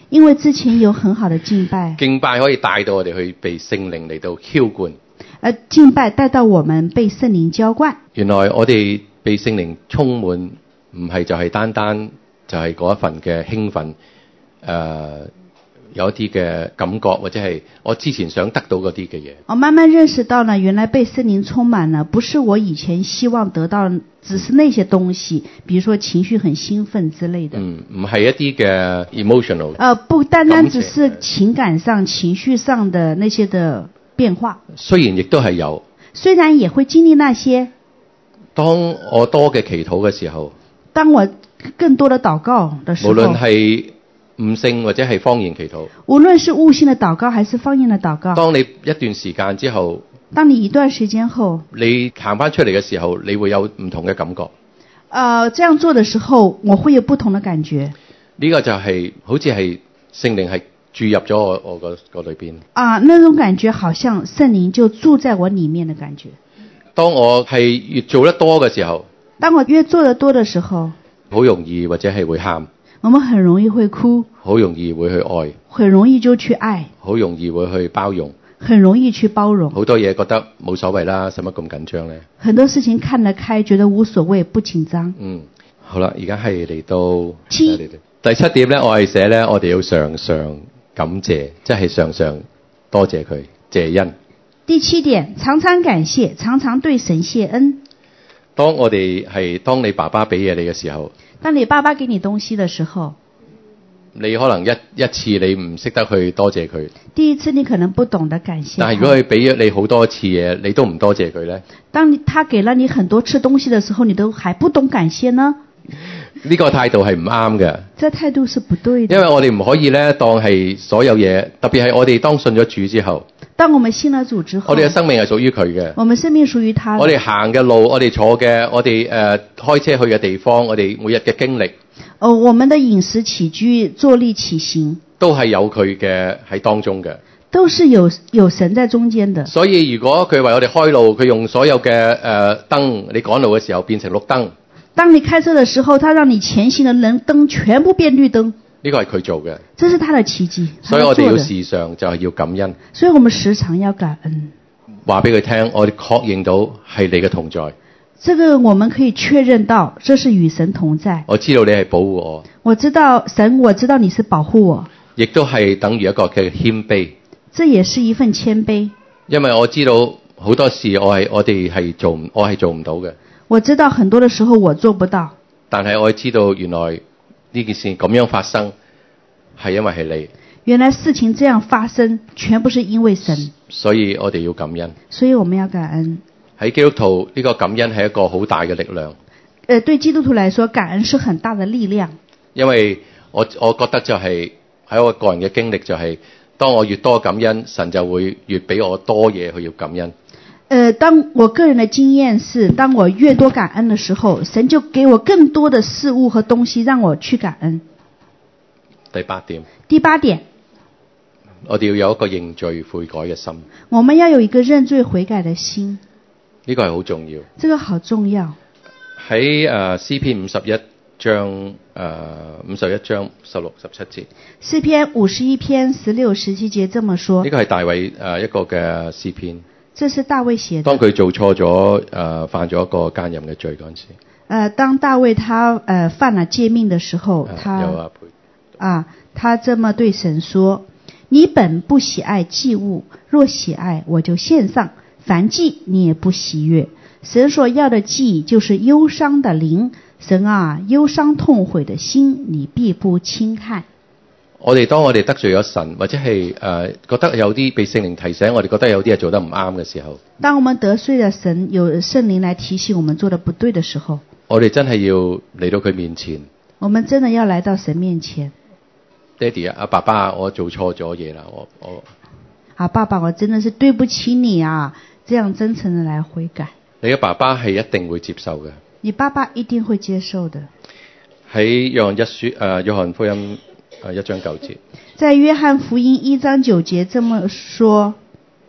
因為之前有很好的敬拜， 敬拜可以帶到我哋去被聖靈嚟到澆灌。 而敬拜帶到我們被聖靈澆灌。 原來我哋被聖靈充滿，唔係就係單單就係嗰一份嘅興奮，誒、呃、有一啲嘅感覺，或者係我之前想得到嗰啲嘅嘢。 我慢慢認識到呢，原來被聖靈充滿了，不是我以前希望得到，只是那些東西，比如說情緒很興奮之類的。 嗯，唔係一啲嘅 emotional。 呃，不單單只是情感上、情緒上的那些的變化。 雖然亦都係有， 雖然也會經歷那些。 當我多嘅祈禱嘅時候， 當我更多的禱告的時候， 無論係悟性或者係方言祈禱， 無論是悟性的禱告還是方言的禱告， 當你一段時間之後， 當你一段時間後， 你行翻出嚟嘅時候，你會有唔同嘅感覺。 呃，這樣做的時候，我會有不同的感覺。 呢個就係好似係聖靈係注入咗我我個個裏邊。 啊，那種感覺好像聖靈就住在我裡面的感覺。 當我係越做得多嘅時候， 當我越做得多的時候， 好容易或者係會喊， 我們很容易會哭， 好容易會去愛， 很容易就去愛， 好容易會去包容， 很容易去包容。 好多嘢覺得冇所謂啦，使乜咁緊張呢？ 很多事情看得開，覺得無所謂，不緊張。 嗯，好啦，而家係嚟到七第七點呢，我係寫呢，我哋要常常感謝，即係常常多謝佢，謝恩。 第七點，常常感謝，常常對神謝恩。 當我哋係當你爸爸俾嘢你嘅時候， 當你爸爸給你東西的時候， 你可能一一次你唔識得去多謝佢。 第一次你可能不懂得感謝。 但係如果佢俾咗你好多次嘢，你都唔多謝佢呢？ 當你他給了你很多次東西的時候，你都還不懂感謝呢？ 呢個態度係唔啱嘅。 這態度是不對的。 因為我哋唔可以呢當係所有嘢，特別係我哋當信咗主之後。 當我們信了主之後， 我哋嘅生命係屬於佢嘅。 我們生命屬於他的。 我哋行嘅路，我哋坐嘅，我哋誒、呃、開車去嘅地方，我哋每日嘅經歷。 哦，我們的飲食起居、坐立起行， 都係有佢嘅喺當中嘅。 都是有有神在中間的。 所以如果佢為我哋開路，佢用所有嘅誒燈，你趕路嘅時候變成綠燈。 當你開車的時候，他讓你前行的人燈全部變綠燈。 呢個係佢做嘅， 這是他的奇蹟。 所以我哋要時常就係要感恩。 所以我們時常要感恩。 話俾佢聽，我哋確認到係你嘅同在。 這個我們可以確認到，這是與神同在。 我知道你係保護我。 我知道神，我知道你是保護我。 亦都係等於一個嘅謙卑。 這也是一份謙卑。因為我知道好多事我係我哋係做唔我係做唔到嘅。 我知道很多的時候我做不到。但係我知道原來呢件事咁樣發生係因為係你。 原來事情這樣發生全部是因為神。 所以我哋要感恩。 所以我們要感恩。喺基督徒呢個感恩係一個好大嘅力量。 呃，對基督徒來說，感恩是很大的力量。 因為我我覺得就係喺我個人嘅經歷就係，當我越多感恩，神就會越俾我多嘢去要感恩。 呃，當我個人的經驗是，當我越多感恩的時候，神就給我更多的事物和東西讓我去感恩。 第八點。 第八點。 我哋要有一個認罪悔改嘅心。 我們要有一個認罪悔改的心。 呢個係好重要。 這個好重要。 喺誒詩篇五十一章誒五十一章十六十七節。 詩篇五十一篇十六十七節這麼說。呢個係大衛誒一個嘅詩篇。這是大衛寫的。當佢做錯咗誒犯咗一個奸淫嘅罪嗰陣時。誒，當大衛他誒犯了誡命的時候，他有啊啊，他這麼對神說：你本不喜愛祭物，若喜愛，我就獻上。凡祭你也不喜悅，神所要的祭就是憂傷的靈。神啊，憂傷痛悔的心你必不輕看。我哋當我哋得罪咗神，或者係誒、呃、覺得有啲被聖靈提醒，我哋覺得有啲嘢做得唔啱嘅時候，當我們得罪了神，有聖靈來提醒我們做得不對的時候，我哋真係要嚟到佢面前。我們真的要來到神面前。爹哋啊，阿爸爸，我做錯咗嘢啦，我我啊爸爸，我真的是對不起你啊。這樣真誠的來悔改，你嘅爸爸係一定會接受嘅。你爸爸一定會接受的。喺約翰一書誒、呃，約翰福音誒一章九節。在約翰福音一章九節這麼說：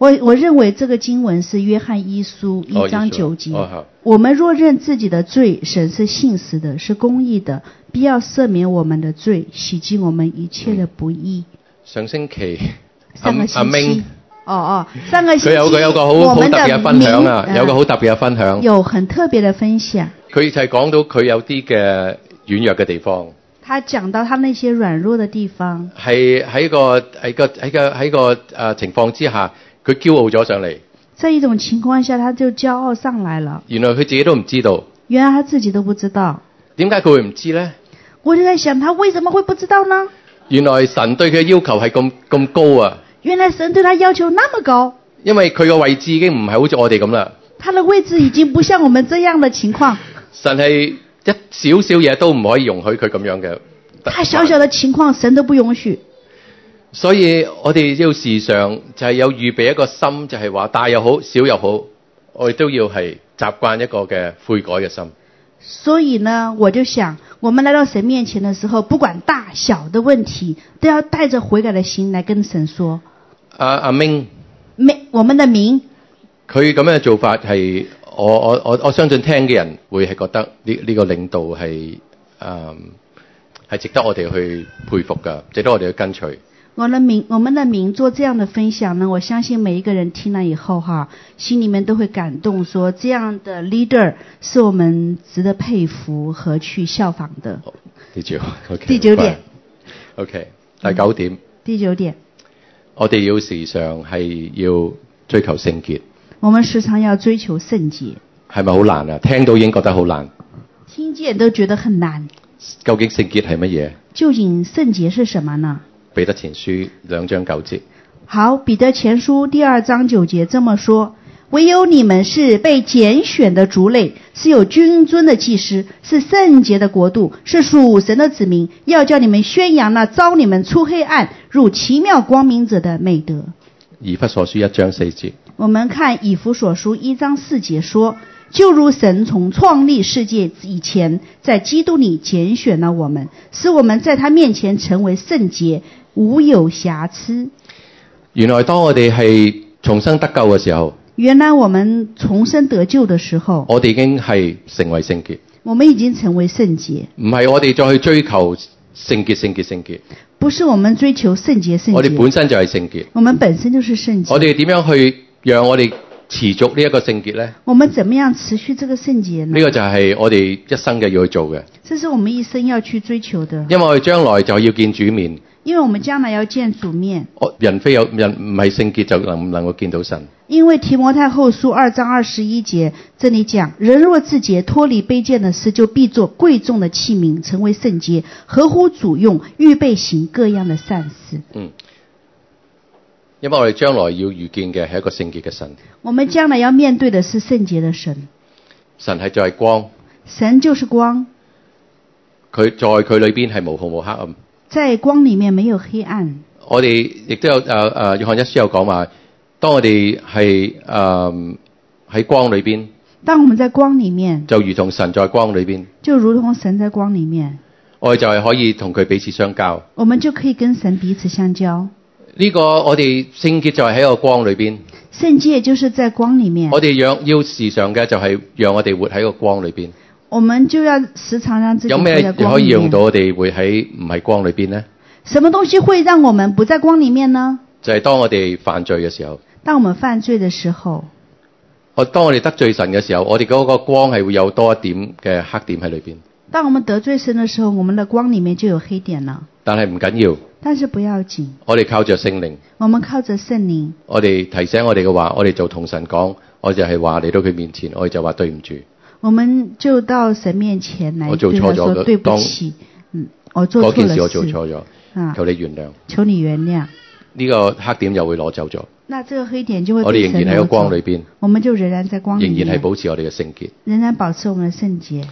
我我認為這個經文是約翰一書一章九節。 哦， 我們若認自己的罪，神是信實的，是公義的，必要赦免我們的罪，洗淨我們一切的不義。 嗯、上星期上個星期阿明哦哦，上個星期佢有佢有個好好特別嘅分享啊，有個好特別嘅分享。 有很特別嘅分享。 佢就係講到佢有啲嘅軟弱嘅地方。 他講到他那些軟弱的地方。係喺個喺個喺個喺個誒情況之下，佢驕傲咗上嚟。 在一種情況下，他就驕傲上來了。 原來佢自己都唔知道。 原來他自己都不知道。 點解佢會唔知呢？ 我就在想，他為什麼會不知道呢？ 原來神對佢嘅要求係咁咁高啊！ 原來神對他要求那麼高。因為佢個位置已經唔係好似我哋咁啦。 他的位置已經不像我們這樣的情況。 神係一少少嘢都唔可以容許佢咁樣嘅。 他小小的情況，神都不容許。 所以我哋要時常就係有預備一個心，就係話大又好，小又好，我哋都要係習慣一個嘅悔改嘅心。 所以呢，我就想，我們來到神面前的時候，不管大小的問題，都要帶着悔改的心來跟神說。 阿阿明， 明，我們的明， 佢咁樣嘅做法係，我我我我相信聽嘅人會係覺得呢呢個領導係誒係值得我哋去佩服噶，值得我哋去跟隨。 我的明，我們的明做這樣的分享呢，我相信每一個人聽了以後哈，心裡面都會感動，說這樣的 leader 是我們值得佩服和去效仿的。 第九，okay, 第九點 ，OK， 第九點， 嗯、第九點， 我哋要時常係要追求聖潔。 我們時常要追求聖潔。 係咪好難啊？聽到已經覺得好難。 聽見都覺得很難。 究竟聖潔係乜嘢？ 究竟聖潔是什麼呢？ 彼得前書兩章九節。 好，彼得前書第二章九節這麼說：唯有你們是被揀選的族類，是有君尊的祭司，是聖潔的國度，是屬神的子民，要叫你們宣揚那召你們出黑暗入奇妙光明者的美德。 以弗所書一章四節。 我們看以弗所書一章四節說：就如神從創立世界以前，在基督裏揀選了我們，使我們在他面前成為聖潔，無有瑕疵。 原來當我哋係重生得救嘅時候， 原來我們重生得救的時候， 我哋已經係成為聖潔。 我們已經成為聖潔。 唔係我哋再去追求聖潔、聖潔、聖潔。 不是我們追求聖潔、聖潔。 我哋本身就係聖潔。 我們本身就是聖潔。 我哋點樣去讓我哋持續呢一個聖潔呢？ 我們怎麼樣持續這個聖潔呢？ 呢個就係我哋一生嘅要去做嘅。 這是我們一生要去追求的。 因為我哋將來就要見主面。 因為我們將來要見主面。 人非有人唔係聖潔就能唔能夠見到神？ 因為提摩太後書二章二十一節這裡講：人若自潔，脫離卑賤的事，就必做貴重的器皿，成為聖潔，合乎主用，預備行各樣的善事。 嗯。因為我哋將來要遇見嘅係一個聖潔嘅神。 我們將來要面對的是聖潔的神。 神係就係光。 神就是光。 佢在佢裏邊係無毫無黑暗。 在光裏面沒有黑暗。 我哋亦都有誒誒，約翰一書有講話，當我哋係誒喺光裏邊， 當我們在光裏面， 就如同神在光裏邊， 就如同神在光裏面， 我哋就係可以同佢彼此相交。 我們就可以跟神彼此相交。 呢個我哋聖潔就係喺個光裏邊。 聖潔就是在光裏面。 我哋讓要時常嘅就係讓我哋活喺個光裏邊。 我們就要時常讓自己活在光裏面。 有咩可以用到我哋會喺唔係光裏邊呢？ 什麼東西會讓我們不在光裏面呢？ 就係當我哋犯罪嘅時候。 當我們犯罪的時候， 我當我哋得罪神嘅時候，我哋嗰個光係會有多一點嘅黑點喺裏邊。 當我們得罪神的時候，我們的光裏面就有黑點了。 但係唔緊要。 但是不要緊。 我哋靠着聖靈。 我們靠着聖靈。 我哋提醒我哋嘅話，我哋就同神講，我就係話嚟到佢面前，我哋就話對唔住。 我們就到神面前來， 我做錯咗， 對不起，嗯，我做錯了事。 嗰件事我做錯咗，啊，求你原諒。 求你原諒。 呢個黑點又會攞走咗。 那這個黑點就會被我哋仍然喺個光裏邊。 我們就仍然在光裏面。 仍然係保持我哋嘅聖潔。 仍然保持我們的聖潔。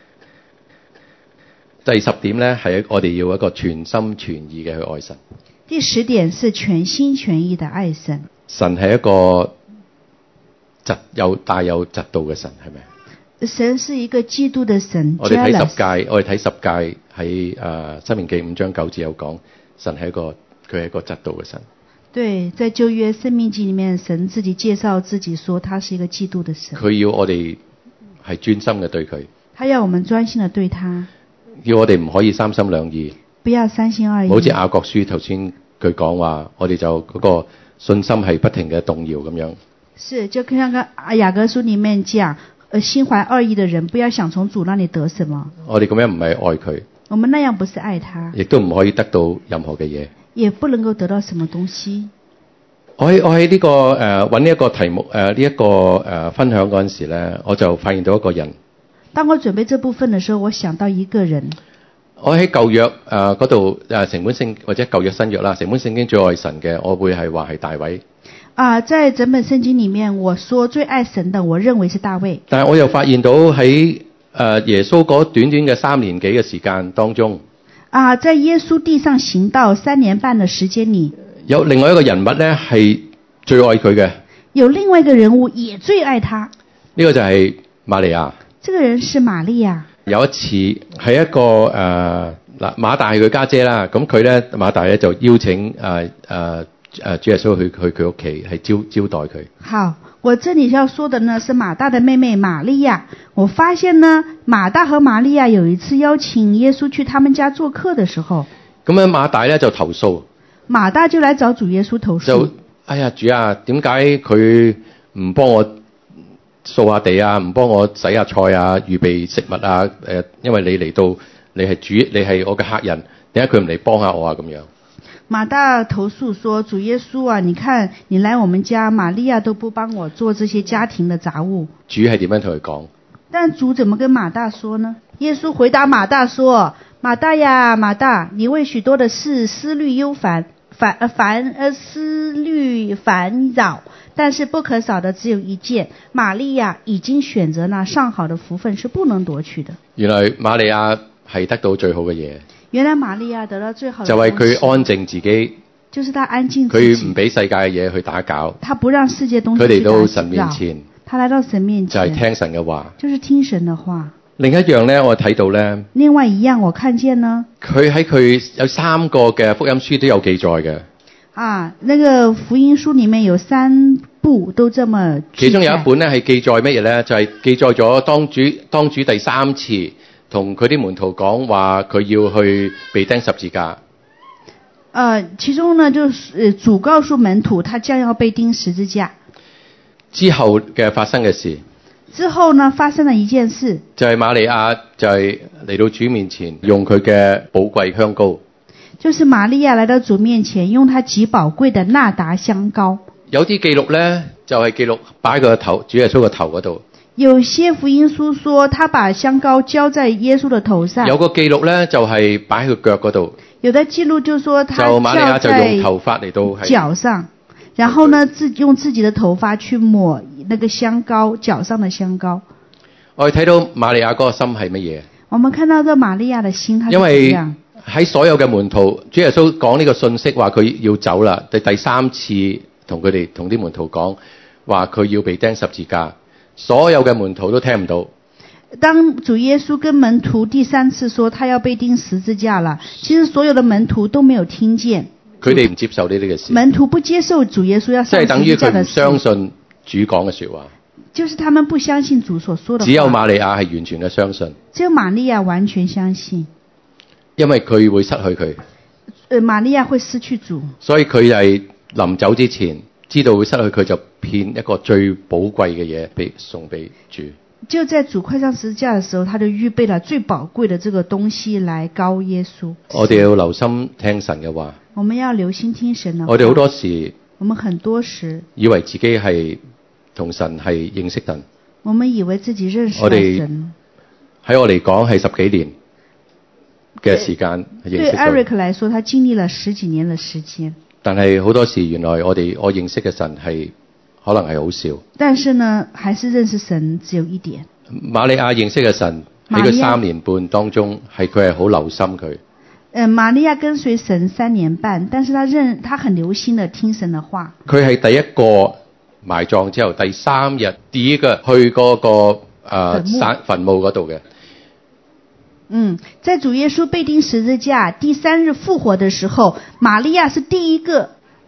第十點呢，係我哋要一個全心全意嘅去愛神。 第十點是全心全意的愛神。 神係一個嫉有大有嫉妒嘅神，係咪？ 神是一個嫉妒的神。 我哋睇十誡，我哋睇十誡喺誒申命記五章九節有講，神係一個佢係一個嫉妒嘅神。 對，在舊約生命記裡面，神自己介紹自己說他是一個基督的神。 佢要我哋係專心嘅對佢。 他要我們專心的對他。 要我哋唔可以三心兩意。 不要三心二意。 好似雅各書頭先佢講話，我哋就嗰個信心係不停嘅動搖咁樣。 是，就像個雅各書裡面講，呃，心懷二意的人，不要想從主那裡得什麼。我哋咁樣唔係愛佢。我們那樣不是愛他。亦都唔可以得到任何嘅嘢。也不能夠得到什麼東西。 我喺我喺呢、這個誒揾呢一個題目誒呢一個誒、呃、分享嗰陣時咧，我就發現到一個人。 當我準備這部分的時候，我想到一個人。 我喺舊約誒嗰度誒成本聖或者舊約新約啦，成本聖經最愛神嘅，我會係話係大衛。 啊、呃，在整本聖經裡面，我說最愛神的，我認為是大衛。 但係我又發現到喺誒、呃、耶穌嗰短短嘅三年幾嘅時間當中。 啊，在耶穌地上行道三年半的時間裡， 有另外一個人物咧係最愛佢嘅。 有另外一個人物也最愛他。呢、 這個就係瑪利亞。 這個人是瑪利亞。有一次係一個誒嗱、呃、馬大係佢家姐啦，咁佢咧馬大咧就邀請誒誒誒主耶穌去去佢屋企係招招待佢。好。 我這裡要說的呢是馬大的妹妹瑪利亞。我發現呢，馬大和瑪利亞有一次邀請耶穌去他們家做客的時候， 咁樣馬大咧就投訴。 馬大就來找主耶穌投訴。 就哎呀主啊，點解佢唔幫我掃下地啊，唔幫我洗下菜啊，預備食物啊？誒、呃，因為你嚟到，你係主，你係我嘅客人，點解佢唔嚟幫下我啊？咁樣。 馬大投訴說：主耶穌啊，你看你來我們家，瑪利亞都不幫我做這些家庭的雜物。 主係點樣同佢講？ 但主怎麼跟馬大說呢？耶穌回答馬大說：馬大呀，馬大，你為許多的事思慮憂煩，煩呃煩呃思慮煩擾，但是不可少的只有一件，瑪利亞已經選擇那上好的福分，是不能奪去的。 原來瑪利亞係得到最好嘅嘢。 原來瑪利亞得到最好的就係佢安靜自己， 就是他安靜自己， 佢唔俾世界嘅嘢去打攪， 他不讓世界東西佢嚟到神面前， 他來到神面前就係、是、聽神嘅話， 就是聽神的話。 另一樣咧，我睇到咧， 另外一樣我看見呢， 佢喺佢有三個嘅福音書都有記載嘅。 啊，那個福音書裡面有三部都這麼記載， 其中有一本咧係記載乜嘢咧？就係、是、記載咗當主當主第三次同佢啲門徒講話，佢要去被釘十字架。 呃，其中呢，就是主告訴門徒，他將要被釘十字架。 之後嘅發生嘅事。 之後呢，發生了一件事。 就係、是、瑪利亞就係嚟到主面前，用佢嘅寶貴香膏。 就是瑪利亞來到主面前，用他極寶貴的納達香膏。 有啲記錄咧，就係、是、記錄擺喺個頭，主耶穌個頭嗰度。 有些福音書說，他把香膏澆在耶穌的頭上。 有個記錄咧，就係擺喺個腳嗰度。 有的記錄就說他就瑪利亞就用頭髮嚟到腳上，然後呢，自用自己的頭髮去抹那個香膏，腳上的香膏。 我哋睇到瑪利亞嗰個心係乜嘢？ 我們看到這瑪利亞的心，他因為喺所有嘅門徒，主耶穌講呢個信息，話佢要走啦。第第三次同佢哋同啲門徒講話，佢要被釘十字架。所有嘅門徒都聽唔到。 當主耶穌跟門徒第三次說他要被釘十字架了，其實所有的門徒都沒有聽見。 佢哋唔接受呢啲嘅事。 門徒不接受主耶穌要上十字架的事。即係等於佢唔相信主講嘅說話。 就是他們不相信主所說的話。 只有瑪利亞係完全嘅相信。 只有瑪利亞完全相信。 因為佢會失去佢。 呃，瑪利亞會失去主。 所以佢係臨走之前，知道會失去佢，就騙一個最寶貴嘅嘢俾送俾主。 就在主快上十字架的時候，他就預備了最寶貴的這個東西來膏耶穌。 我哋要留心聽神嘅話。 我們要留心聽神嘅話。 我哋好多時， 我們很多時以為自己係同神係認識神。 我們以為自己認識神。 我哋喺我嚟講係十幾年嘅時間認識。 對 Eric 來說，他經歷了十幾年的時間。 但係好多時，原來我哋我認識嘅神係可能係好少。但是呢，還是認識神只有一點。瑪利亞認識嘅神喺佢三年半當中，係佢係好留心佢。 誒，瑪利亞跟隨神三年半，但是他認他很留心的聽神的話。佢係第一個埋葬之後，第三日第一個去嗰、那個誒山墳墓嗰度嘅。嗯，在主耶穌被釘十字架第三日復活的時候，瑪利亞是第一個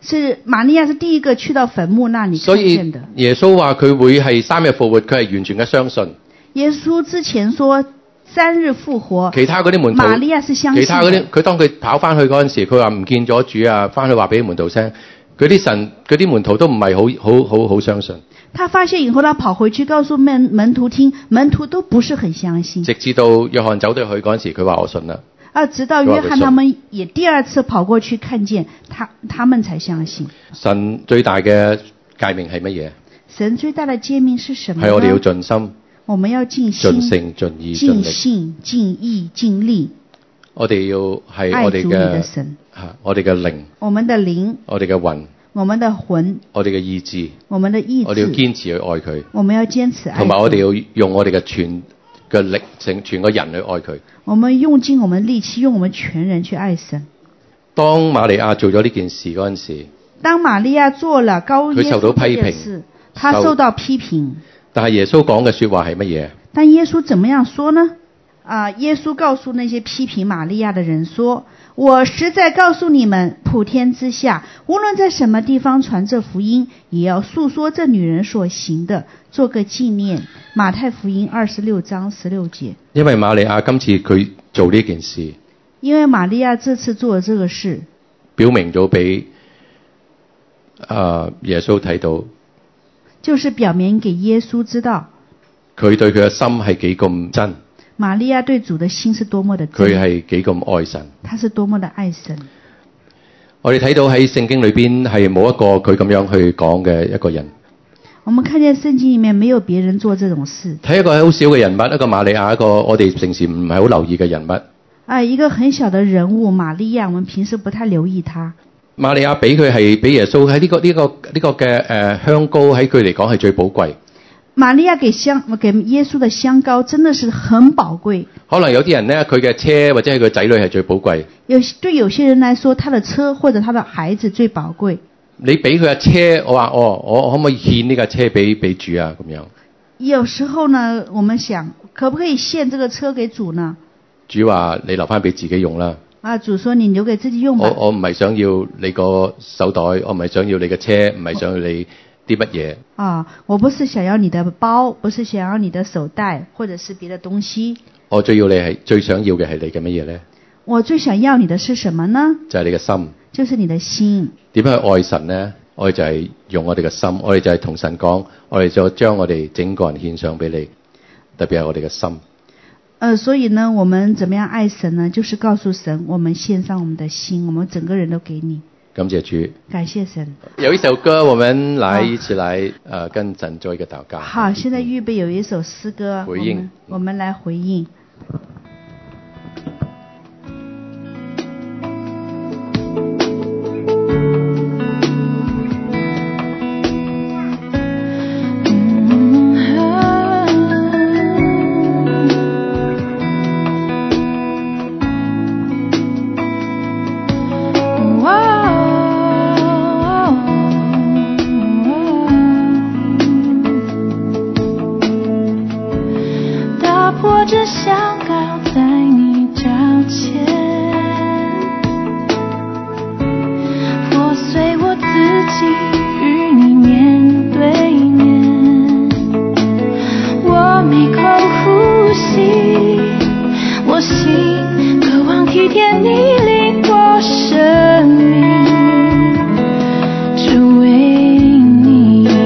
是瑪利亞是第一個去到墳墓那裡看見的。 所以耶穌話佢會係三日復活，佢係完全嘅相信。 耶穌之前說三日復活， 其他嗰啲門徒， 瑪利亞是相信的。 其他嗰啲佢當佢跑翻去嗰陣時，佢話唔見咗主啊，翻去話俾門徒聽，嗰啲神嗰啲門徒都唔係好好好好相信。 他發現以後，他跑回去告訴門門徒聽，門徒都不是很相信。 直至到約翰走到去嗰陣時，佢話我信啦。 啊，直到約翰他們也第二次跑過去看見他，他們才相信。 神最大嘅誡命係乜嘢？ 神最大的誡命是什麼呢？ 係我哋要盡心， 我們要盡心、 盡性、盡意、盡力、 盡性、盡意、盡力。 我哋要係我哋嘅嚇，我哋嘅靈， 我們的靈， 我哋嘅魂， 我們的魂， 我哋嘅意志， 我們的意志， 我哋要堅持去愛佢。 我們要堅持愛佢， 同埋我哋要用我哋嘅全嘅力，成全個人去愛佢。 我們用盡我們力氣，用我們全人去愛神。 當瑪利亞做咗呢件事嗰陣時， 當瑪利亞做了高耶穌佢受到批評， 他受到批評。 但係耶穌講嘅說話係乜嘢？ 但耶穌怎麼樣說呢？啊，耶穌告訴那些批評瑪利亞的人說：我實在告訴你們，普天之下，無論在什麼地方傳這福音，也要述說這女人所行的，做個紀念。馬太福音二十六章十六節。 因為瑪利亞今次佢做呢件事， 因為瑪利亞這次做了這個事， 表明咗俾啊耶穌睇到， 就是表明給耶穌知道， 佢對佢嘅心係幾咁真。 瑪利亞對主的心是多麼的真， 佢係幾咁愛神， 他是多麼的愛神。 我哋睇到喺聖經裏邊係冇一個佢咁樣去講嘅一個人。 我們看見聖經裡面沒有別人做這種事。 睇一個好小嘅人物，一個瑪利亞，一個我哋平時唔係好留意嘅人物。 啊，一個很小的人物瑪利亞，我們平時不太留意他。 瑪利亞俾佢係俾耶穌喺呢個呢個呢個嘅誒香膏喺佢嚟講係最寶貴。 瑪利亞給香給耶穌的香膏真的是很寶貴。 可能有啲人呢，佢嘅車或者係佢仔女係最寶貴。 有對有些人來說，他的車或者他的孩子最寶貴。 你俾佢架車，我話哦，我可唔可以獻呢架車俾俾主啊？咁樣。有時候呢，我們想，可不可以獻這個車給主呢？ 主話你留翻俾自己用啦。 啊，主說你留給自己用吧。 我我唔係想要你個手袋，我唔係想要你嘅車，唔係想要你啲乜嘢。啊， 我不是想要你的包，不是想要你的手袋，或者是別的東西。 我最要你係最想要嘅係你嘅乜嘢咧？ 我最想要你的是什麼呢？ 就係你嘅心。 就是你的心。 點樣去愛神呢？我哋就係用我哋嘅心，我哋就係同神講，我哋就將我哋整個人獻上俾你，特別係我哋嘅心。 呃，所以呢，我們怎麼樣愛神呢？就是告訴神，我們獻上我們的心，我們整個人都給你。 感謝主， 感謝神。 有一首歌，我們來一起來，呃，跟神做一個禱告。 好，現在預備有一首詩歌， 回應， 我們，我們來回應。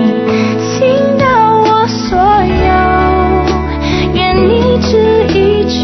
一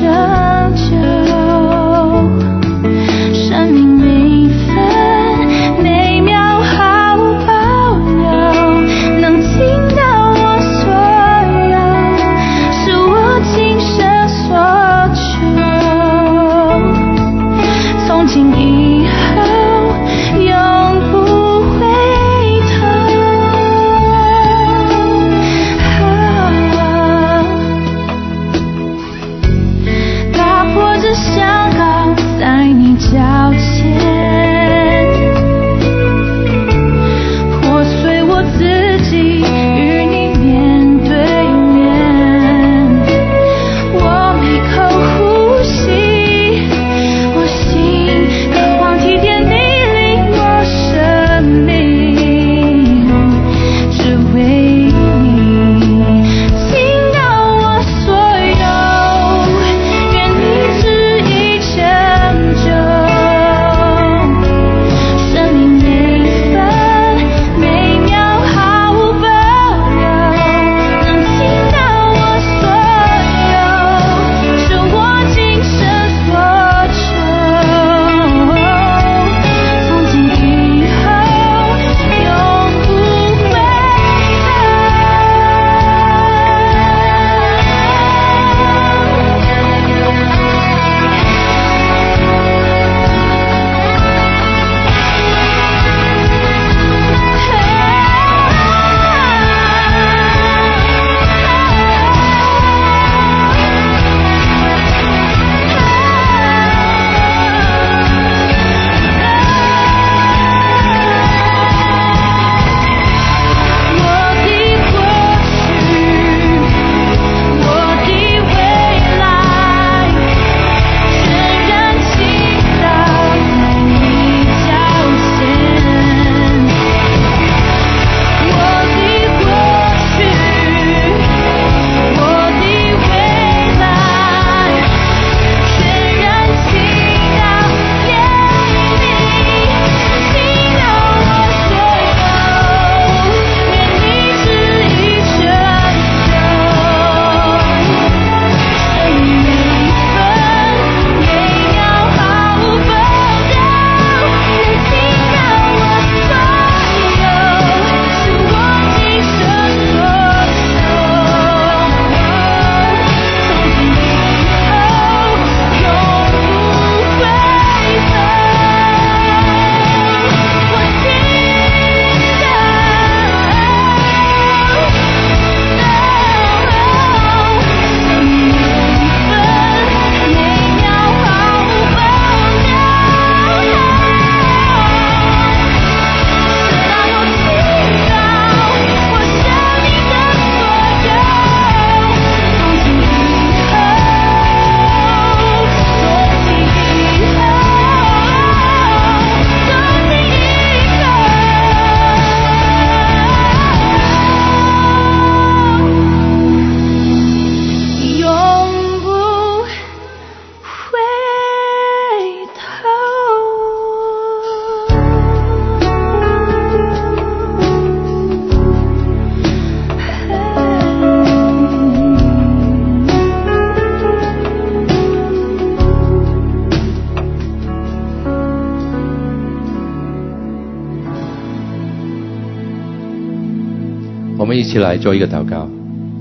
们一起来做一个祷告。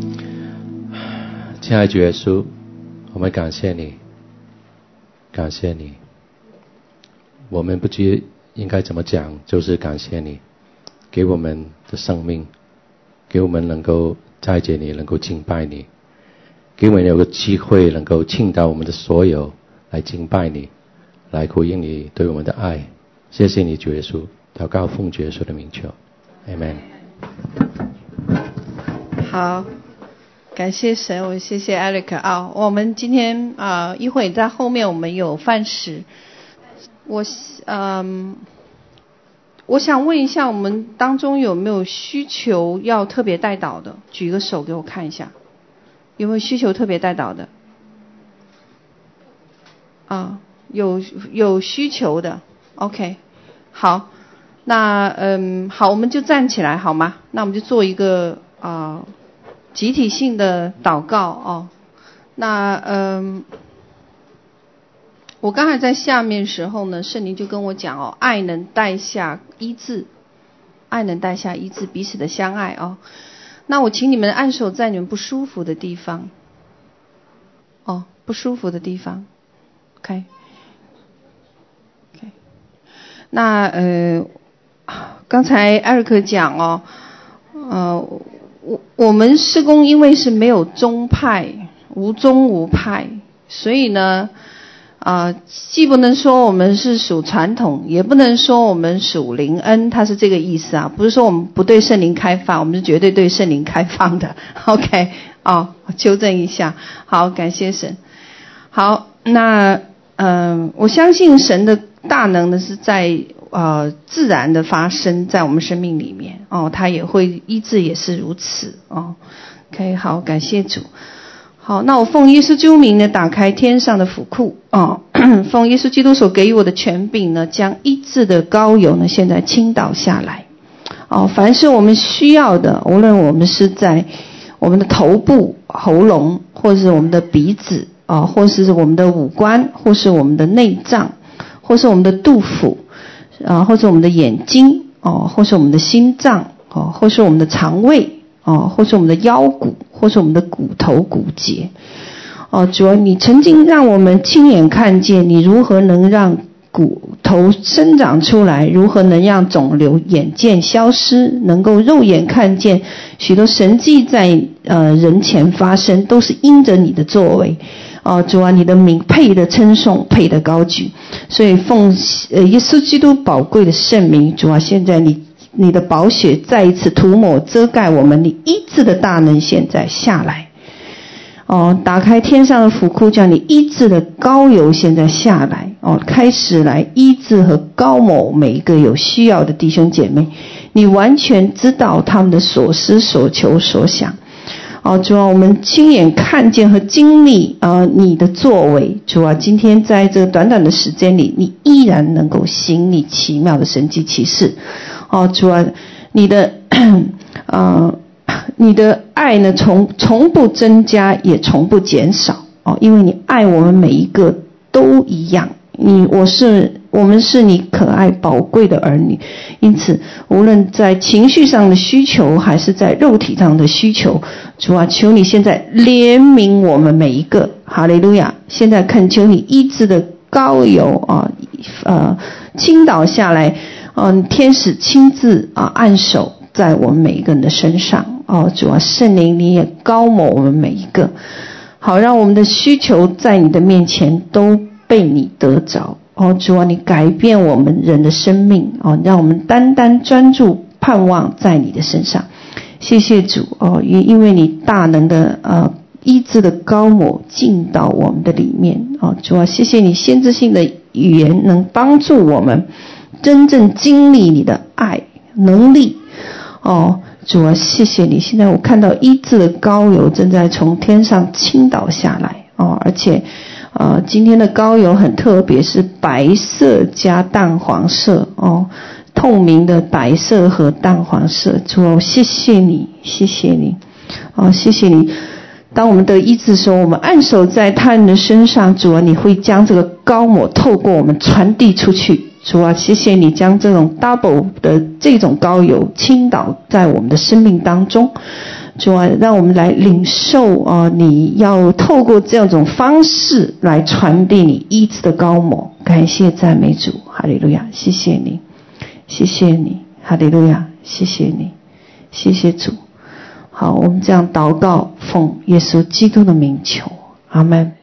亲爱的主耶稣，我们感谢你，感谢你。我们不知应该怎么讲，就是感谢你给我们的生命，给我们能够再见你，能够敬拜你，给我们有个机会能够倾倒我们的所有来敬拜你，来回应你对我们的爱。谢谢你主耶稣，祷告奉主耶稣的名求 Amen。 好，感谢神，我谢谢 Eric 啊。我们今天啊、呃，一会在后面我们有饭食。我嗯，我想问一下，我们当中有没有需求要特别代祷的？举个手给我看一下，有没有需求特别代祷的？啊，有有需求的 ，OK， 好，那嗯，好，我们就站起来好吗？那我们就做一个啊、呃、集体性的祷告哦。那嗯。我刚才在下面时候呢，圣灵就跟我讲哦，爱能带下医治，爱能带下医治，彼此的相爱哦。那我请你们按手在你们不舒服的地方，哦，不舒服的地方 ，OK，OK。OK, 那呃，刚才艾瑞克讲哦，呃，我我们事工因为是没有宗派，无宗无派，所以呢。啊、呃，既不能说我们是属传统，也不能说我们属灵恩，它是这个意思啊，不是说我们不对圣灵开放，我们是绝对对圣灵开放的。OK， 哦，纠正一下，好，感谢神。好，那嗯、呃，我相信神的大能呢是在呃自然的发生在我们生命里面哦，他也会医治，也是如此哦。OK， 好，感谢主。好，那我奉耶稣基督名呢，打开天上的府库哦，奉耶稣基督所给予我的权柄呢，将医治的膏油呢，现在倾倒下来哦。凡是我们需要的，无论我们是在我们的头部、喉咙，或是我们的鼻子啊、哦，或是我们的五官，或是我们的内脏，或是我们的肚腹啊，或是我们的眼睛哦，或是我们的心脏哦，或是我们的肠胃。哦，或是我们的腰骨，或是我们的骨头骨节。哦，主啊，你曾经让我们亲眼看见你如何能让骨头生长出来，如何能让肿瘤眼见消失，能够肉眼看见许多神迹在呃人前发生，都是因着你的作为。哦，主啊，你的名配得称颂，配得高举。所以奉呃耶稣基督宝贵的圣名，主啊，现在你。你的宝血再一次涂抹遮盖我们，你医治的大能现在下来哦，打开天上的府库，叫你医治的膏油现在下来哦，开始来医治和膏抹每一个有需要的弟兄姐妹，你完全知道他们的所思所求所想哦，主啊，我们亲眼看见和经历啊、呃、你的作为，主啊，今天在这个短短的时间里，你依然能够行你奇妙的神迹奇事。哦，主啊，你的呃，你的爱呢，从从不增加，也从不减少哦，因为你爱我们每一个都一样。你我是我们是你可爱宝贵的儿女，因此无论在情绪上的需求，还是在肉体上的需求，主啊，求你现在怜悯我们每一个，哈利路亚！现在恳求你医治的膏油啊，呃，倾倒下来。嗯，天使亲自啊按手在我们每一个人的身上哦，主啊，圣灵你也膏抹我们每一个，好让我们的需求在你的面前都被你得着哦，主啊，你改变我们人的生命哦，让我们单单专注盼望在你的身上。谢谢主哦，因因为你大能的呃医治的膏抹进到我们的里面哦，主啊，谢谢你先知性的语言能帮助我们。真正经历你的爱能力哦，主啊，谢谢你！现在我看到医治的膏油正在从天上倾倒下来哦，而且呃，今天的膏油很特别，是白色加淡黄色哦，透明的白色和淡黄色。主啊，谢谢你，谢谢你哦，谢谢你！当我们得医治的时候，我们按手在他人的身上，主啊，你会将这个膏抹透过我们传递出去。 主啊，谢谢你将这种 double 的这种膏油倾倒在我们的生命当中。主啊，让我们来领受啊，你要透过这种方式来传递你医治的膏抹。感谢赞美主，哈利路亚！谢谢你，谢谢你，哈利路亚！谢谢你，谢谢主。好，我们这样祷告，奉耶稣基督的名求，阿们。